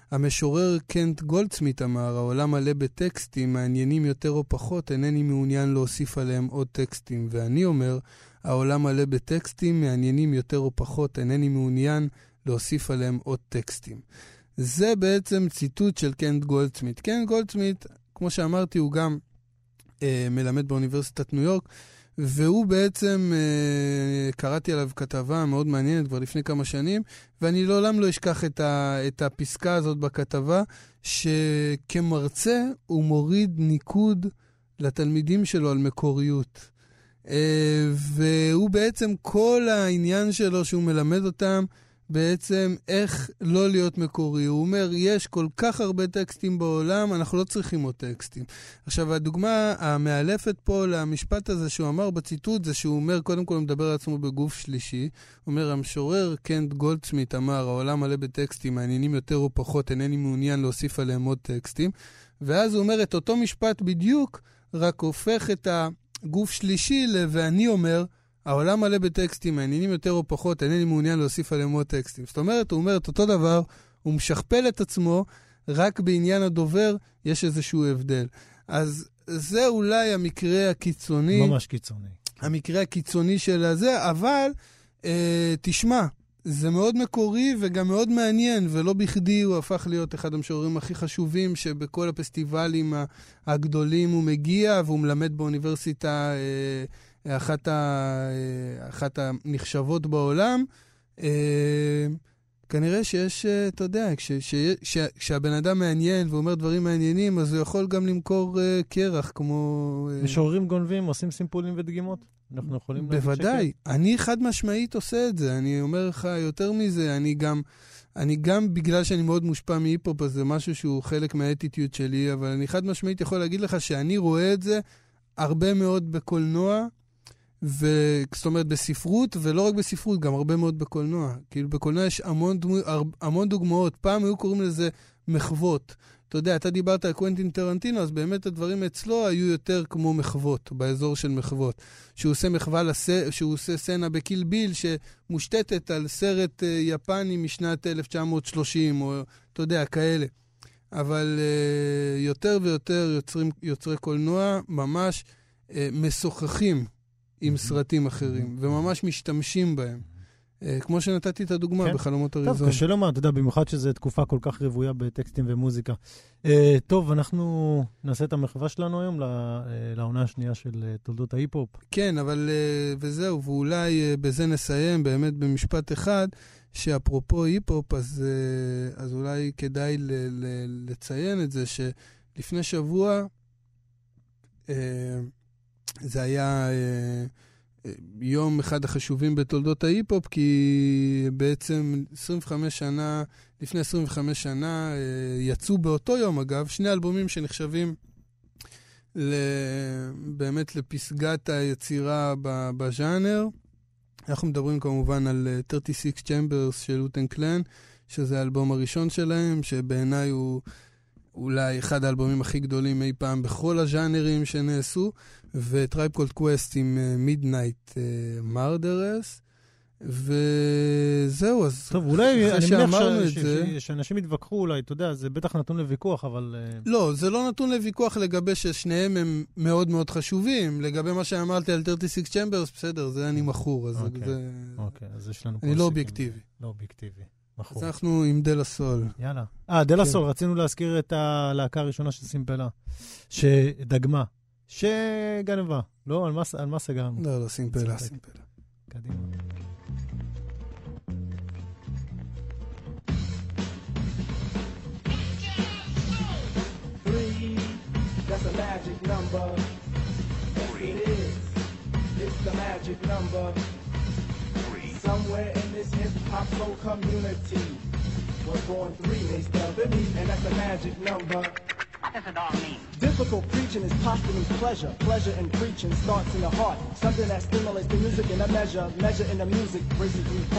המשורר קנט גולדסמית אמר, העולם מלא בטקסטים, מעניינים יותר או פחות, אינני מעוניין להוסיף עליהם עוד טקסטים. ואני אומר, העולם מלא בטקסטים, מעניינים יותר או פחות, אינני מעוניין להוסיף עליהם עוד טקסטים. זה בעצם ציטוט של קנט גולדסמית. קנט גולדסמית, כמו שאמרתי, הוא גם מלמד באוניברסיטת ניו יורק, והוא בעצם, קראתי עליו כתבה מאוד מעניינת כבר לפני כמה שנים, ואני לעולם לא אשכח את הפסקה הזאת בכתבה, שכמרצה הוא מוריד ניקוד לתלמידים שלו על מקוריות. והוא בעצם כל העניין שלו שהוא מלמד אותם, בעצם איך לא להיות מקורי. הוא אומר, יש כל כך הרבה טקסטים בעולם, אנחנו לא צריכים עוד טקסטים. עכשיו, הדוגמה המאלפת פה למשפט הזה שהוא אמר בציטוט, זה שהוא אומר, קודם כל הוא מדבר על עצמו בגוף שלישי, הוא אומר, המשורר קנט גולדסמית אמר, העולם מלא בטקסטים, מעניינים יותר או פחות, אינני מעוניין להוסיף עליהם עוד טקסטים, ואז הוא אומר את אותו משפט בדיוק, רק הופך את הגוף שלישי ואני אומר, העולם מלא בטקסטים, מעניינים יותר או פחות, אינני מעוניין להוסיף עליהם עוד טקסטים. זאת אומרת, הוא אומר את אותו דבר, הוא משכפל את עצמו, רק בעניין הדובר יש איזשהו הבדל. אז זה אולי המקרה הקיצוני. ממש קיצוני. המקרה הקיצוני של הזה, אבל תשמע, זה מאוד מקורי וגם מאוד מעניין, ולא בכדי הוא הפך להיות אחד המשוררים הכי חשובים, שבכל הפסטיבלים הגדולים הוא מגיע, והוא מלמד באוניברסיטה אחת הנחשבות בעולם. כנראה שיש, אתה יודע, כשהבן אדם מעניין ואומר דברים מעניינים, אז הוא יכול גם למכור קרח, כמו... משוררים גונבים, עושים סימפולים ודגימות? אנחנו יכולים... בוודאי. אני חד משמעית עושה את זה. אני אומר לך יותר מזה, אני גם בגלל שאני מאוד מושפע מהיפ-הופ, אז זה משהו שהוא חלק מהאטיטיוד שלי, אבל אני חד משמעית יכול להגיד לך שאני רואה את זה הרבה מאוד בקולנוע, זאת אומרת בספרות, ולא רק בספרות, גם הרבה מאוד בקולנוע. כאילו בקולנוע יש המון דוגמאות. פעם היו קוראים לזה מחוות. אתה יודע, אתה דיברת על קוונטין טרנטינו, אז באמת הדברים אצלו היו יותר כמו מחוות, באזור של מחוות. שהוא עושה מחווה, שהוא עושה סצנה בקיל ביל, שמושתתת על סרט יפני משנת 1930, או אתה יודע, כאלה. אבל יותר ויותר יוצרי קולנוע ממש משוחחים עם סרטים אחרים, וממש משתמשים בהם. כמו שנתתי את הדוגמה בחלומות אריזון. טוב, קשה לומר, אתה יודע, במיוחד שזו תקופה כל כך רבויה בטקסטים ומוזיקה. טוב, אנחנו נעשה את המחווה שלנו היום לעונה השנייה של תולדות ההיפ-הופ. כן, אבל וזהו, ואולי בזה נסיים באמת במשפט אחד, שאפרופו היפ-הופ, אז אולי כדאי לציין את זה, שלפני שבוע זה היה יום אחד החשובים בתולדות ההיפ-הופ, כי בעצם לפני 25 שנה יצאו באותו יום, אגב, שני אלבומים שנחשבים באמת לפסגת היצירה בז'אנר. אנחנו מדברים כמובן על 36 Chambers של ווטן קלן, שזה האלבום הראשון שלהם, שבעיניי הוא אולי אחד האלבומים הכי גדולים אי פעם בכל הז'אנרים שנעשו, וטרייב קולד קווסט עם Midnight Murderers, וזהו, אז טוב, אולי אני מניח שאנשים יתווכחו אולי, אתה יודע, זה בטח נתון לוויכוח, אבל... לא, זה לא נתון לוויכוח לגבי ששניהם הם מאוד מאוד חשובים, לגבי מה שאמרתי על 36 Chambers, בסדר, זה אני מחור, אז זה... אוקיי, אז יש לנו... אני לא אובייקטיבי. לא אובייקטיבי. אז אנחנו עם דלה סול. יאללה. דלה סול, רצינו להזכיר את הלהקה הראשונה של סימפלה, שדגמה, שגנבה. לא, על מה סגרנו? לא, סימפלה. קדימה. That's a magic number. It is. It's the magic number. Somewhere in this hip-hop soul community was born 3, they spelled it, and that's a magic number. What does it all mean? Difficult preaching is posthumous pleasure. Pleasure in preaching starts in the heart. Something that stimulates the music in a measure. Measure in the music, breaks in 3 parts.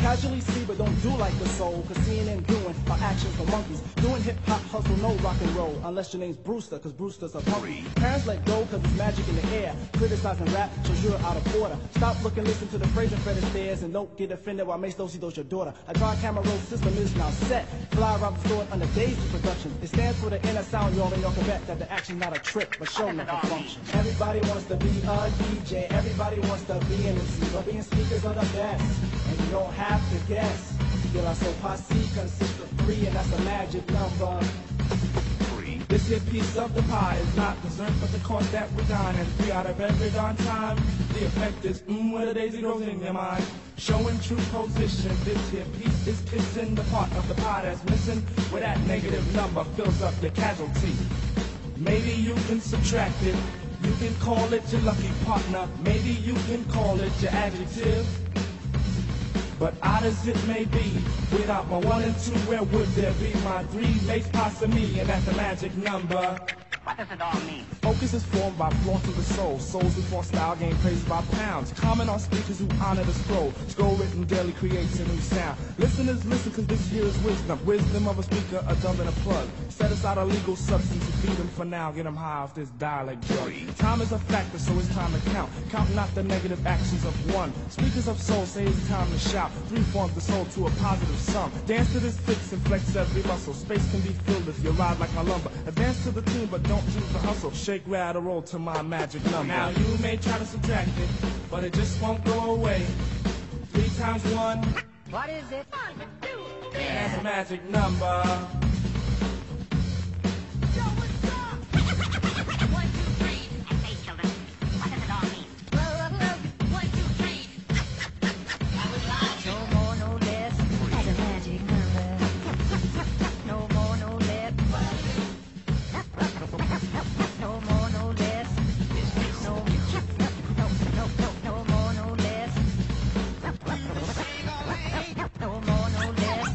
Casually see but don't do like the soul, cause seeing and doing are actions for monkeys. Doing hip-hop, hustle, no rock and roll, unless your name's Brewster, cause Brewster's a puppy. Parents let go cause it's magic in the air. Criticizing rap shows you're out of order. Stop looking, listen to the phrase and Fred Astaire, and don't get offended while Mace Dosey does your daughter. A dry camera roll system is now set. Fly Robert Stewart under Daisy Productions. It stands for the inner sound, y'all, and y'all can bet that the action's not a trick, but show enough function. Everybody wants to be a DJ, everybody wants to be an MC, but being speakers are the best, and you don't have to guess. De La Soul Posse consists of 3, and that's a magic number. This here piece of the pie is not dessert, but the cost that we dine. And 3 out of every darn time, the effect is when a daisy grows in your mind. Showing true position, this here piece is kissing the part of the pie that's missing, where that negative number fills up your casualty. Maybe you can subtract it, you can call it your lucky partner, maybe you can call it your adjective. But odd as it may be, without my 1 and 2, where would there be my 3 mates past me, and that's a magic number. What does it all mean? Focus is formed by flow to the soul. Souls before style gain praise by pounds. Comment on speakers who honor the scroll. Scroll written daily creates a new sound. Listeners listen cause this here is wisdom. Wisdom of a speaker, a dumb and a plug. Set aside a legal substance to feed them for now. Get them high off this dialect drug. Time is a factor, so it's time to count. Count not the negative actions of 1. Speakers of soul say it's time to shout. 3 forms the soul to a positive sum. Dance to this fix and flex every muscle. Space can be filled if you ride like my lumber. Advance to the tune, but don't choose the hustle. Shake, rattle, roll to my magic number. Now you may try to subtract it, but it just won't go away. 3 times 1. What is it? That's a magic number. Yo, what's up? 1, 2, 3. And say, children, what does it all mean? 1, 2, 3. I was lying. No more, no less. That's a magic number. No more, no less. No more, no less. No more, no less. No more, no less.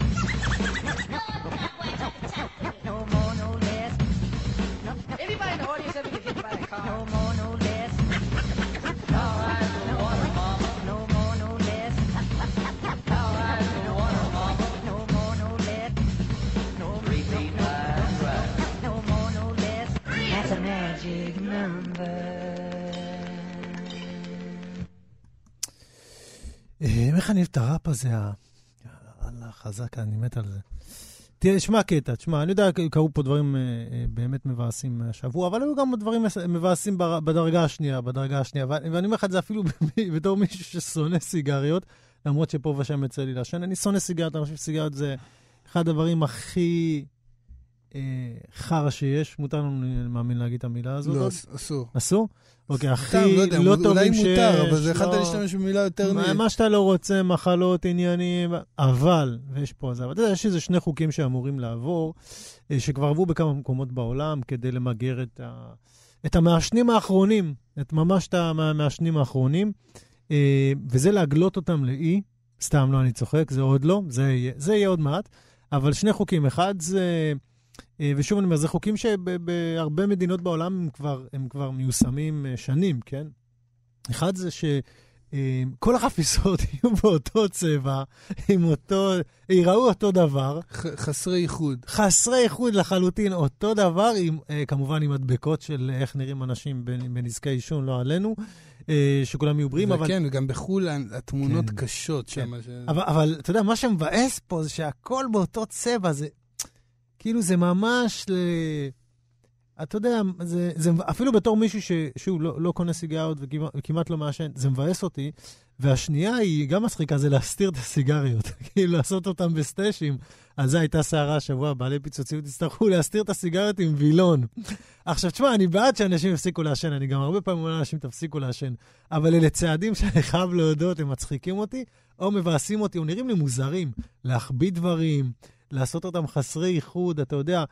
No more, no less. Anybody in the audience ever get hit by a car? No more, no less. All right, no more, no less. All right, no more, no less. No more, no less. That's a magic number. איך אני אוהב את הראפ הזה? יאללה, חזק, אני מת על זה. תראה, שמע קטע, תשמע, אני יודע, קראו פה דברים באמת מבאסים השבוע, אבל היו גם דברים מבאסים בדרגה השנייה, ואני אומר לך את זה אפילו בתור מישהו ששונא סיגריות, למרות שפה ושם יצא לי לעשן. אני שונא סיגריות, אני חושב שסיגריות זה אחד הדברים הכי חרא שיש. מותר לנו, אני מאמין להגיד את המילה הזאת. לא, אסור. אסור? אוקיי, הכי לא טובים שיש. אולי מותר, אבל זה אחד להשתמש במילה יותר נהיה. מה שאתה לא רוצה, מחלות, עניינים, אבל, ויש פה זה, אבל אתה יודע, יש איזה 2 חוקים שאמורים לעבור, שכבר עברו בכמה מקומות בעולם, כדי למגר את המעשנים האחרונים, ממש את המעשנים האחרונים, וזה להגלות אותם לאי, סתם לא, אני צוחק, זה עוד לא, זה יהיה עוד מעט, אבל 2 חוקים, אחד זה, ושוב אני אומר, זה חוקים שבהרבה מדינות בעולם הם כבר מיושמים שנים, כן? אחד זה שכל החפיסות יהיו באותו צבע, ייראו אותו דבר. חסרי ייחוד. חסרי ייחוד לחלוטין, אותו דבר, כמובן עם מדבקות של איך נראים אנשים בנזקי עישון, לא עלינו, שכולם יהיו בריאים. וכן, וגם בחול התמונות קשות שם. אבל אתה יודע, מה שמבאס פה זה שהכל באותו צבע, זה כאילו זה ממש, אתה יודע, זה אפילו בתור מישהו שהוא לא קונה סיגריות וכמעט לא מעשן, זה מבאס אותי. והשנייה היא גם מצחיקה, זה להסתיר את הסיגריות, כאילו לעשות אותם בסטשים. על זה הייתה שערה השבוע, בעלי פיצוציות יצטרכו להסתיר את הסיגריות עם וילון. עכשיו, תשמע, אני בעד שאנשים יפסיקו לעשן, אני גם הרבה פעמים אומר לאנשים תפסיקו לעשן, אבל אלה צעדים שאני חייב להודות, הם מצחיקים אותי, או מבאסים אותי, או נראים לי מוזרים, להחביא דברים, לעשות אותם חסרי ייחוד, אתה יודע,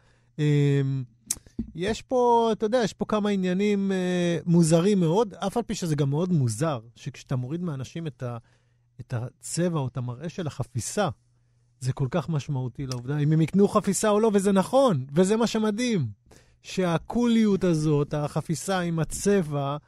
יש פה, אתה יודע, יש פה כמה עניינים מוזרים מאוד, אף על פי שזה גם מאוד מוזר, שכשאתה מוריד מאנשים את הצבע או את המראה של החפיסה, זה כל כך משמעותי לעובדה, אם הם יקנו חפיסה או לא, וזה נכון, וזה מה שמדהים, שהקוליות הזאת, החפיסה עם הצבע,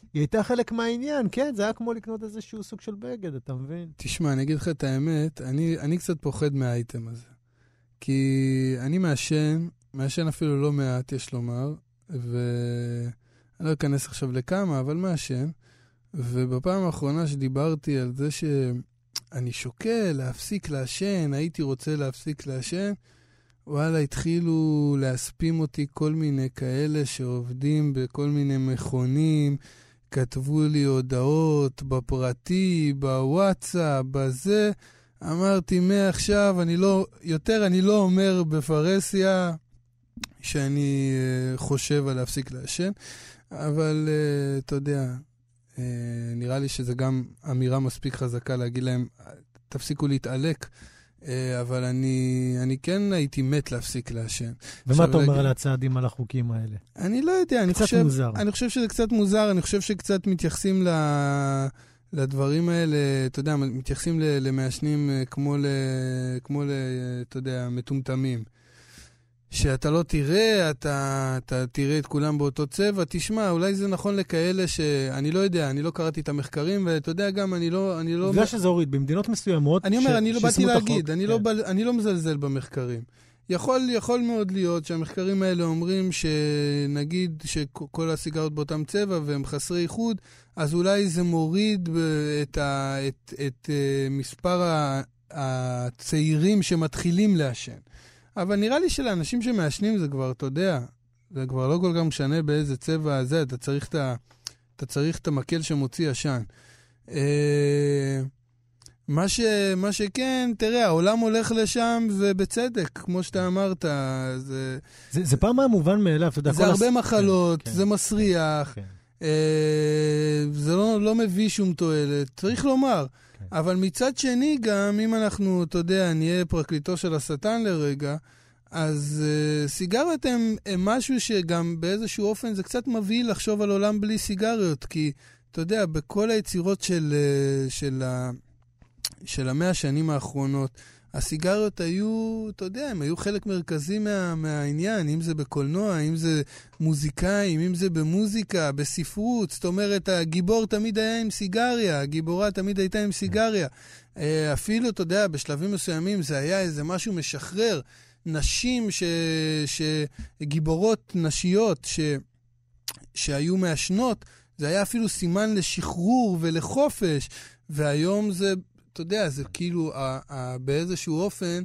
היא הייתה חלק מהעניין, כן, זה היה כמו לקנות איזשהו סוג של בגד, אתה מבין? תשמע, אני אגיד לך את האמת, אני קצת פוחד מהאייטם הזה. כי אני מעשן אפילו לא מעט, יש לומר, ואני לא אכנס עכשיו לכמה, אבל מעשן, ובפעם האחרונה שדיברתי על זה שאני שוקל להפסיק לעשן, הייתי רוצה להפסיק לעשן, וואלה, התחילו להספים אותי כל מיני כאלה שעובדים בכל מיני מכונים, כתבו לי הודעות בפרטי, בוואטסאפ, בזה. אמרתי, מעכשיו אני לא אומר בפרסיה שאני חושב על להפסיק לעשן, אבל אתה יודע, נראה לי שזה גם אמירה מספיק חזקה להגיד להם, תפסיקו להתעלק, אבל אני כן הייתי מת להפסיק לעשן. ומה אתה אומר על הצעדים על החוקים האלה? אני לא יודע, אני חושב שזה קצת מוזר, אני חושב שקצת מתייחסים לדברים האלה, אתה יודע, מתייחסים למעשנים כמו אתה יודע, מטומטמים. שאתה לא תראה, אתה תראה את כולם באותו צבע, תשמע, אולי זה נכון לכאלה שאני לא יודע, אני לא קראתי את המחקרים, ואתה יודע גם, אני לא... בגלל שזה הוריד, במדינות מסוימות... אני אומר, אני לא באתי להגיד, אני לא מזלזל במחקרים. יכול מאוד להיות שהמחקרים האלה אומרים שנגיד שכל הסיגרות באותם צבע והם חסרי איחוד, אז אולי זה מוריד את מספר הצעירים שמתחילים לעשן. אבל נראה לי שלאנשים שמעשנים זה כבר, אתה יודע, זה כבר לא כל כך משנה באיזה צבע זה, אתה צריך את המקל שמוציא עשן. מה שכן, תראה, העולם הולך לשם ובצדק, כמו שאתה אמרת. זה פעם מובן מאליו, אתה יודע. זה הרבה מחלות, זה מסריח, זה לא מביא שום תועלת, צריך לומר. אבל מצד שני גם, אם אנחנו, אתה יודע, נהיה פרקליטו של השטן לרגע, אז סיגריות הם משהו שגם באיזשהו אופן זה קצת מביא לחשוב על עולם בלי סיגריות, כי אתה יודע, בכל היצירות של 100 השנים האחרונות, הסיגריות היו, אתה יודע, הם היו חלק מרכזי מהעניין, אם זה בקולנוע, אם זה מוזיקאים, אם זה במוזיקה, בספרות, זאת אומרת, הגיבור תמיד היה עם סיגריה, הגיבורה תמיד הייתה עם סיגריה. אפילו, אתה יודע, בשלבים מסוימים זה היה איזה משהו משחרר, נשים גיבורות נשיות שהיו מעשנות, זה היה אפילו סימן לשחרור ולחופש, והיום זה... אתה יודע, זה כאילו באיזשהו אופן,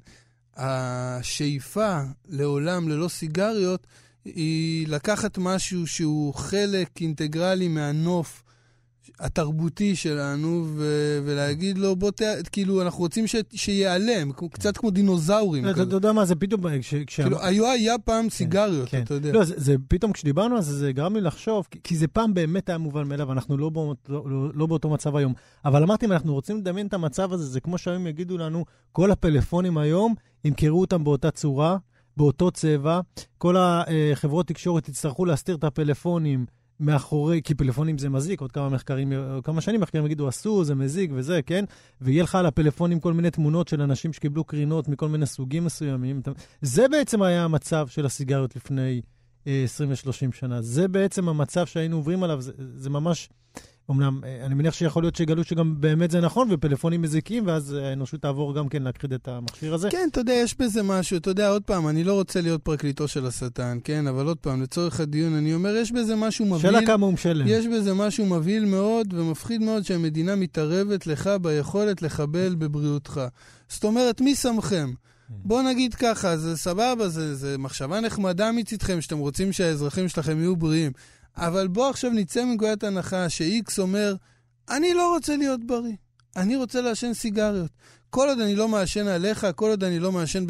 השאיפה לעולם ללא סיגריות, היא לקחת משהו שהוא חלק אינטגרלי מהנוף התרבותי שלנו, ולהגיד לו, כאילו, אנחנו רוצים שיעלם, קצת כמו דינוזאורים. אתה יודע מה, זה פתאום... כאילו, היה פעם סיגריות, אתה יודע. לא, זה פתאום כשדיברנו על זה, זה גרם לי לחשוב, כי זה פעם באמת היה מובן מאליו, אנחנו לא באותו מצב היום. אבל אמרתי, אם אנחנו רוצים לדמיין את המצב הזה, זה כמו שהיום יגידו לנו, כל הפלאפונים היום, ימכרו אותם באותה צורה, באותו צבע, כל החברות תקשורת יצטרכו להסתיר את הפלאפונים, מאחורי, כי פלאפונים זה מזיק, עוד כמה שנים מחקרים יגידו, עשו, זה מזיק וזה, כן? ויהיה לך על הפלאפונים כל מיני תמונות של אנשים שקיבלו קרינות מכל מיני סוגים מסוימים. זה בעצם היה המצב של הסיגריות לפני 20 ו-30 שנה. זה בעצם המצב שהיינו עוברים עליו, זה ממש... אמנם, אני מניח שיכול להיות שגלו שגם באמת זה נכון, ופלאפונים מזיקים, ואז האנושות תעבור גם כן להכחיד את המכשיר הזה. כן, אתה יודע, יש בזה משהו, אתה יודע, עוד פעם, אני לא רוצה להיות פרקליטו של השטן, כן, אבל עוד פעם, לצורך הדיון, אני אומר, יש בזה משהו מבהיל. שאלה כמה הוא משלם. יש בזה משהו מבהיל מאוד, ומפחיד מאוד שהמדינה מתערבת לך ביכולת לחבל בבריאותך. זאת אומרת, מי שמכם? בוא נגיד ככה, זה סבבה, זה מחשבה נחמדה מצדכם, שאתם רוצים שהאזרחים שלכם יהיו בריאים. אבל בוא עכשיו נצא מנקודת הנחה שאיקס אומר, אני לא רוצה להיות בריא, אני רוצה לעשן סיגריות. כל עוד אני לא מעשן עליך, כל עוד אני לא מעשן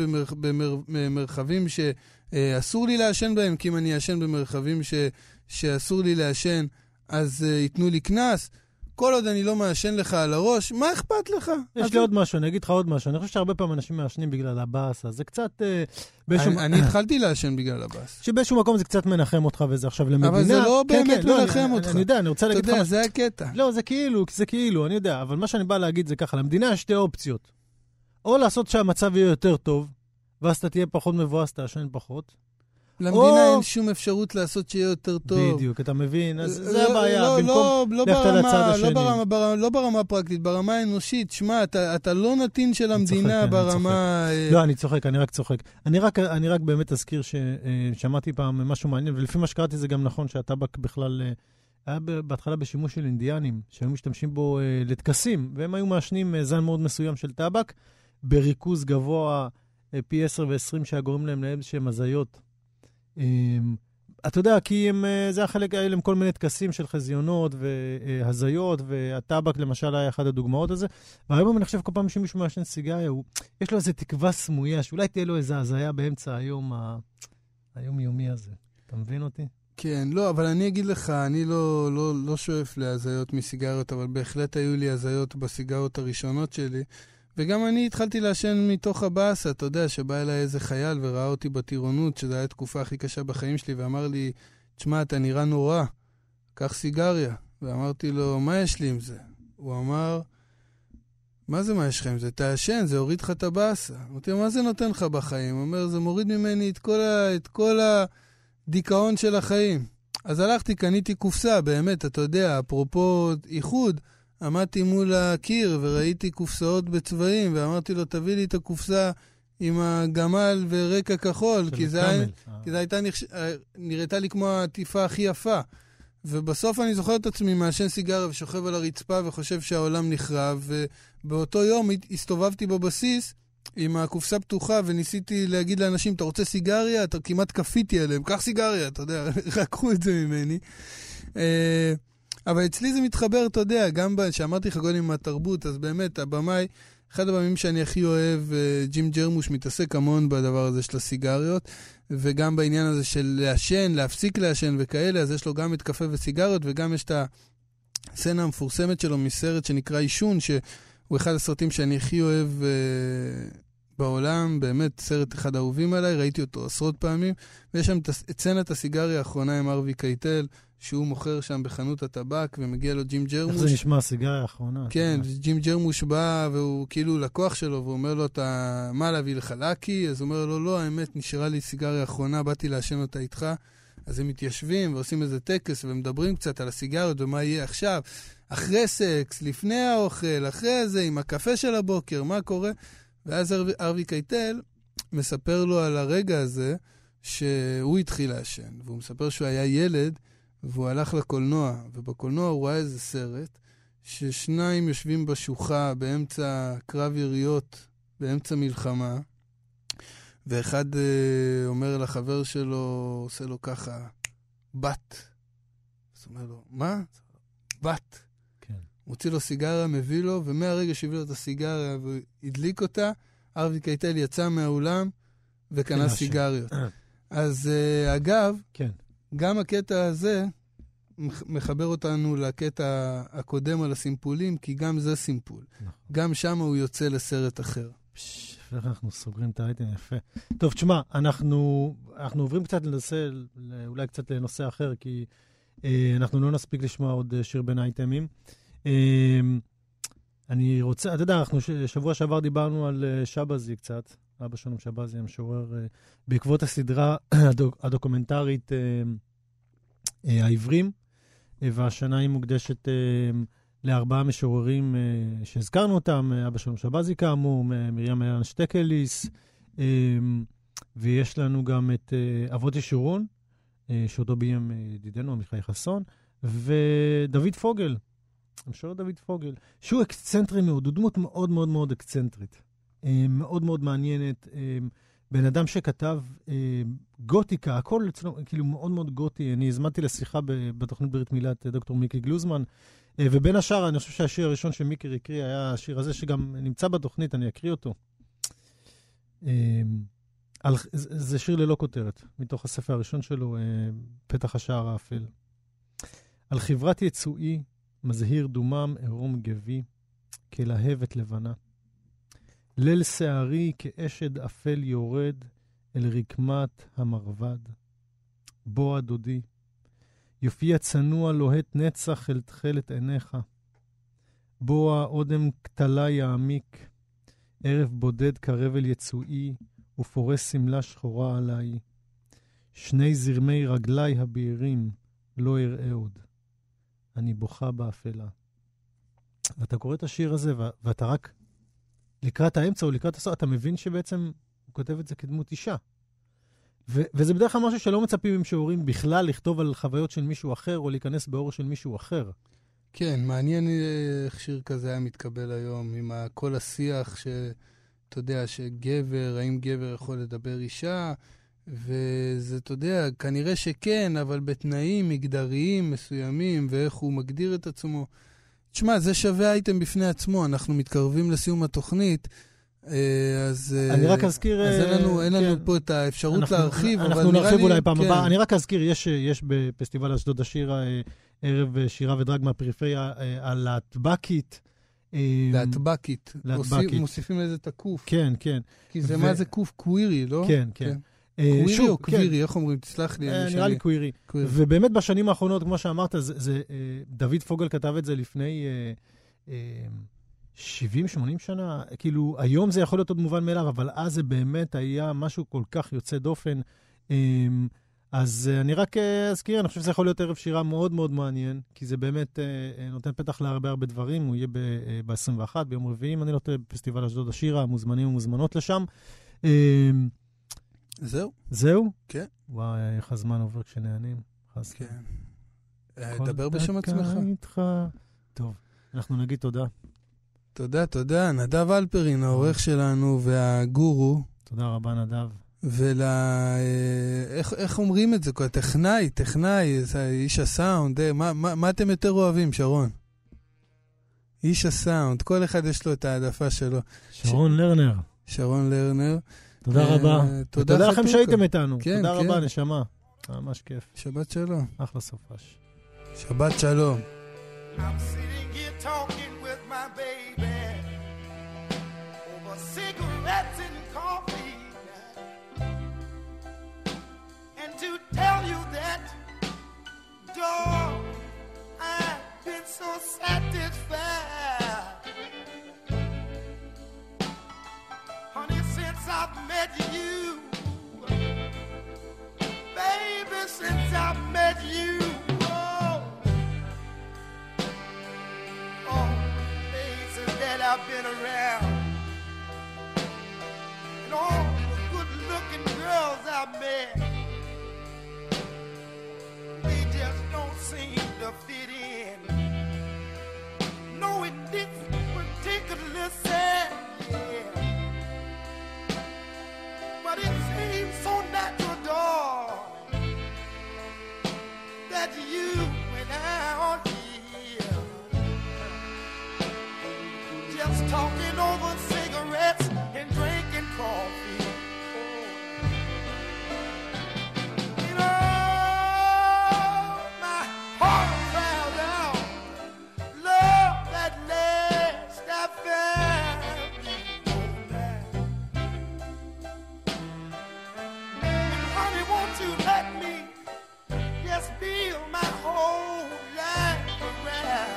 במרחבים שאסור לי לעשן בהם, כי אם אני אעשן במרחבים שאסור לי לעשן, אז ייתנו לי כנס. כל עוד אני לא מעשן לך על הראש, מה אכפת לך? יש לי עוד משהו, אני אגיד לך עוד משהו. אני חושב שהרבה פעמים אנשים מעשנים בגלל הבאס, אז זה קצת... אני התחלתי לעשן בגלל הבאס. שבאיזשהו מקום זה קצת מנחם אותך וזה עכשיו למדינה... אבל זה לא באמת מנחם אותך. אני יודע, אני רוצה להגיד לך... אתה יודע, זה הקטע. לא, זה כאילו, אני יודע, אבל מה שאני בא להגיד זה ככה, למדינה יש שתי אופציות. או לעשות שהמצב יהיה יותר טוב, ואז אתה תהיה פחות מבואס, תעשן פחות, למדינה אין שום אפשרות לעשות שיהיה יותר טוב. בדיוק, אתה מבין? אז זה הבעיה. במקום ללכת על הצד השני. לא ברמה הפרקטית, ברמה האנושית. שמע, אתה לא נתין של המדינה ברמה... לא, אני צוחק, אני רק צוחק. אני רק באמת אזכיר ששמעתי פעם משהו מעניין, ולפי מה שקראתי זה גם נכון שהטבק בכלל היה בהתחלה בשימוש של אינדיאנים, שהיו משתמשים בו לתקסים, והם היו מעשנים זן מאוד מסוים של טבק, בריכוז גבוה פי 10 ו-20 שהגורם להם לאיזה שהם הזיות. אתה יודע, כי זה החלק האלה, הם כל מיני תקסים של חזיונות והזיות, והטבק למשל היה אחד הדוגמאות הזה. והיום אני חושב כל פעם שמישהו מעשן סיגריה, יש לו איזו תקווה סמויה, שאולי תהיה לו איזו הזיה באמצע היום-יומי הזה. אתה מבין אותי? כן, לא, אבל אני אגיד לך, אני לא שואף להזיות מסיגריות, אבל בהחלט היו לי הזיות בסיגריות הראשונות שלי, וגם אני התחלתי לעשן מתוך הבאסה, אתה יודע, שבא אליי איזה חייל וראה אותי בטירונות, שזו הייתה התקופה הכי קשה בחיים שלי, ואמר לי, תשמע, אתה נראה נורא, קח סיגריה. ואמרתי לו, מה יש לי עם זה? הוא אמר, מה זה מה יש לך עם זה? תעשן, זה הוריד לך את הבאסה. אמרתי לו, מה זה נותן לך בחיים? הוא אומר, זה מוריד ממני את כל הדיכאון של החיים. אז הלכתי, קניתי קופסה, באמת, אתה יודע, אפרופו איחוד, עמדתי מול הקיר וראיתי קופסאות בצבעים, ואמרתי לו, תביא לי את הקופסה עם הגמל ורקע כחול, כי זה הייתה נראיתה לי כמו העטיפה הכי יפה. ובסוף אני זוכר את עצמי מעשן סיגריה ושוכב על הרצפה וחושב שהעולם נחרב, ובאותו יום הסתובבתי בבסיס עם הקופסה פתוחה וניסיתי להגיד לאנשים, אתה רוצה סיגריה? אתה כמעט קפיתי עליהם, קח סיגריה, אתה יודע, רקחו את זה ממני. אבל אצלי זה מתחבר, אתה יודע, גם שאמרתי לך קודם עם התרבות, אז באמת, הבמאי, אחד הבמים שאני הכי אוהב, ג'ים ג'רמוש מתעסק המון בדבר הזה של הסיגריות, וגם בעניין הזה של לעשן, להפסיק לעשן וכאלה, אז יש לו גם את קפה וסיגריות, וגם יש את הסצנה המפורסמת שלו מסרט שנקרא עישון, שהוא אחד הסרטים שאני הכי אוהב בעולם, באמת סרט אחד האהובים עליי, ראיתי אותו עשרות פעמים, ויש שם את סצנת הסיגריה האחרונה עם ארווי קייטל, שהוא מוכר שם בחנות הטבק, ומגיע לו ג'ים ג'רמוש. איך זה נשמע, הסיגריה האחרונה? כן, ג'ים ג'רמוש בא, והוא כאילו לקוח שלו, והוא אומר לו, מה להביא לך לקי? אז הוא אומר לו, לא, האמת, נשארה לי סיגריה האחרונה, באתי לעשן אותה איתך. אז הם מתיישבים ועושים איזה טקס, ומדברים קצת על הסיגריות, ומה יהיה עכשיו, אחרי סקס, לפני האוכל, אחרי זה, עם הקפה של הבוקר, מה קורה? ואז ארווי קייטל מספר לו על הרגע הזה, שהוא התחיל לעשן, והוא מספר שהוא היה ילד, והוא הלך לקולנוע, ובקולנוע הוא ראה איזה סרט, ששניים יושבים בשוחה באמצע קרב יריות, באמצע מלחמה, ואחד אומר לחבר שלו, עושה לו ככה, בת. אז הוא אומר לו, מה? בת. כן. מוציא לו סיגריה, מביא לו, ומהרגע שהביא לו את הסיגריה והדליק אותה, ארווי קייטל יצא מהאולם וקנה סיגריות. אז אגב, כן. גם הקטע הזה מחבר אותנו לקטע הקודם על הסימפולים, כי גם זה סימפול. גם שם הוא יוצא לסרט אחר. איך אנחנו סוגרים את האייטם, יפה. טוב, תשמע, אנחנו עוברים קצת לנושא, אולי קצת לנושא אחר, כי אנחנו לא נספיק לשמוע עוד שיר בין האייטמים. אני רוצה, אתה יודע, אנחנו שבוע שעבר דיברנו על שבזי קצת, אבא שלום שבזי המשורר, בעקבות הסדרה הדוקומנטרית העברים, והשנה היא מוקדשת לארבעה משוררים שהזכרנו אותם, אבא שלום שבזי כאמור, מרים אילן שטקליס, ויש לנו גם את אבות ישורון, שאותו ביים ידידנו, עמיחי חסון, ודוד פוגל, המשורר דוד פוגל, שהוא אקסצנטרי מאוד, הוא דמות מאוד מאוד מאוד אקסצנטרית, מאוד מאוד מעניינת, בן אדם שכתב גותיקה, הכל כאילו מאוד מאוד גותי. אני הזמנתי לשיחה בתוכנית ברית מילת דוקטור מיקי גלוזמן, ובין השאר, אני חושב שהשיר הראשון שמיקי הקריא היה השיר הזה שגם נמצא בתוכנית, אני אקריא אותו. זה שיר ללא כותרת, מתוך הספר הראשון שלו, פתח השער האפל. על חברת יצואי, מזהיר דומם, עירום גבי, כלהבת לבנה. ליל שערי כאשד אפל יורד אל רקמת המרבד. בוא הדודי, יופיע צנוע לוהט נצח אל תחלת עיניך. בוא האודם קטלה יעמיק, ערב בודד קרב אל יצואי, ופורס סמלה שחורה עליי. שני זרמי רגלי הבהירים לא אראה עוד. אני בוכה באפלה. ואתה קורא את השיר הזה, ואתה רק לקראת האמצע או לקראת הסוף, אתה מבין שבעצם הוא כותב את זה כדמות אישה. וזה בדרך כלל משהו שלא מצפים עם שיעורים בכלל לכתוב על חוויות של מישהו אחר, או להיכנס באור של מישהו אחר. כן, מעניין איך שיר כזה היה מתקבל היום, עם כל השיח שאתה יודע, שגבר, האם גבר יכול לדבר אישה, וזה, אתה יודע, כנראה שכן, אבל בתנאים מגדריים מסוימים, ואיך הוא מגדיר את עצמו. תשמע, זה שווה אייטם בפני עצמו, אנחנו מתקרבים לסיום התוכנית, אז אני רק אזכיר, אין לנו פה את האפשרות להרחיב, אבל אנחנו נרחיב אולי פעם הבאה. אני רק אזכיר, יש בפסטיבל אשדוד השיר ערב שירה ודרג מהפריפריה על להטבקית. להטבקית. מוסיפים לזה את הקוף. כן, כן. כי זה מה זה קוף קווירי, לא? כן, כן. קווירי או קווירי, איך אומרים? תסלח לי. נראה לי קווירי. ובאמת בשנים האחרונות, כמו שאמרת, דוד פוגל כתב את זה לפני 70-80 שנה. כאילו, היום זה יכול להיות עוד מובן מאליו, אבל אז זה באמת היה משהו כל כך יוצא דופן. אז אני רק אזכיר, אני חושב שזה יכול להיות ערב שירה מאוד מאוד מעניין, כי זה באמת נותן פתח להרבה הרבה דברים. הוא יהיה ב-21, ביום רביעי, אני לא טועה, בפסטיבל אשדוד השירה, מוזמנים ומוזמנות לשם. זהו. זהו? כן. וואי, איך הזמן עובר כשנהנים. כן. דבר בשם עצמך. טוב, אנחנו נגיד תודה. תודה, תודה. נדב אלפרין, העורך שלנו והגורו. תודה רבה, נדב. איך אומרים את זה? טכנאי, איש הסאונד. מה אתם יותר אוהבים, שרון? איש הסאונד. כל אחד יש לו את העדפה שלו. שרון לרנר. שרון לרנר. תודה רבה. תודה לכם שהייתם איתנו. כן, תודה כן. רבה, נשמה. ממש כיף. שבת שלום. אחלה סופש. שבת שלום. I'm sitting here talking with my baby over cigarettes and coffee, and to tell you that, dog, I've been so satisfied, honey, since I've met you, baby, since I've met you. I've been around, and all the good-looking girls I've met, they just don't seem to fit in. No, in this particular set, yeah. But it seems so natural, dog, that you and I are just talking over cigarettes and drinking coffee. You know, my heart cries out, love that last I found. And honey, won't you let me just build my whole life around?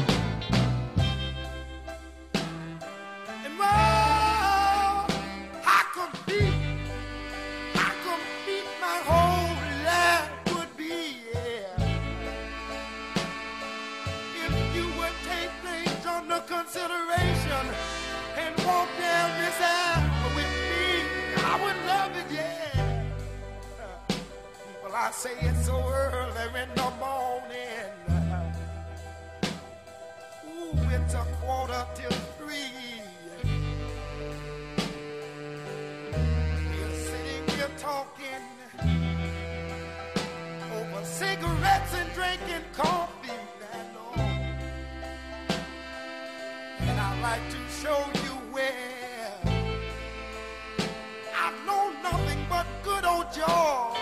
Consideration and walk down this aisle with me, I would love it, yeah. Well, I say it's so early in the morning. Ooh, it's 2:45. We're sitting here talking over cigarettes and drinking coffee. I'd like to show you where I know nothing but good old joy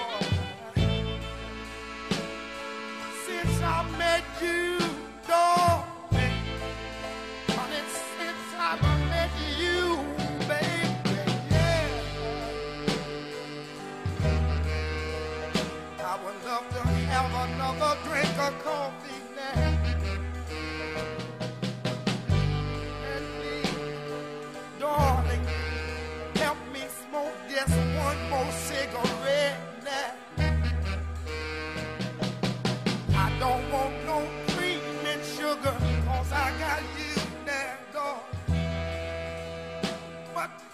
since I met you, darling. Honey, since I met you, baby, yeah. I would love to have another drink of coffee now. Darling, help me smoke just one more cigarette now. what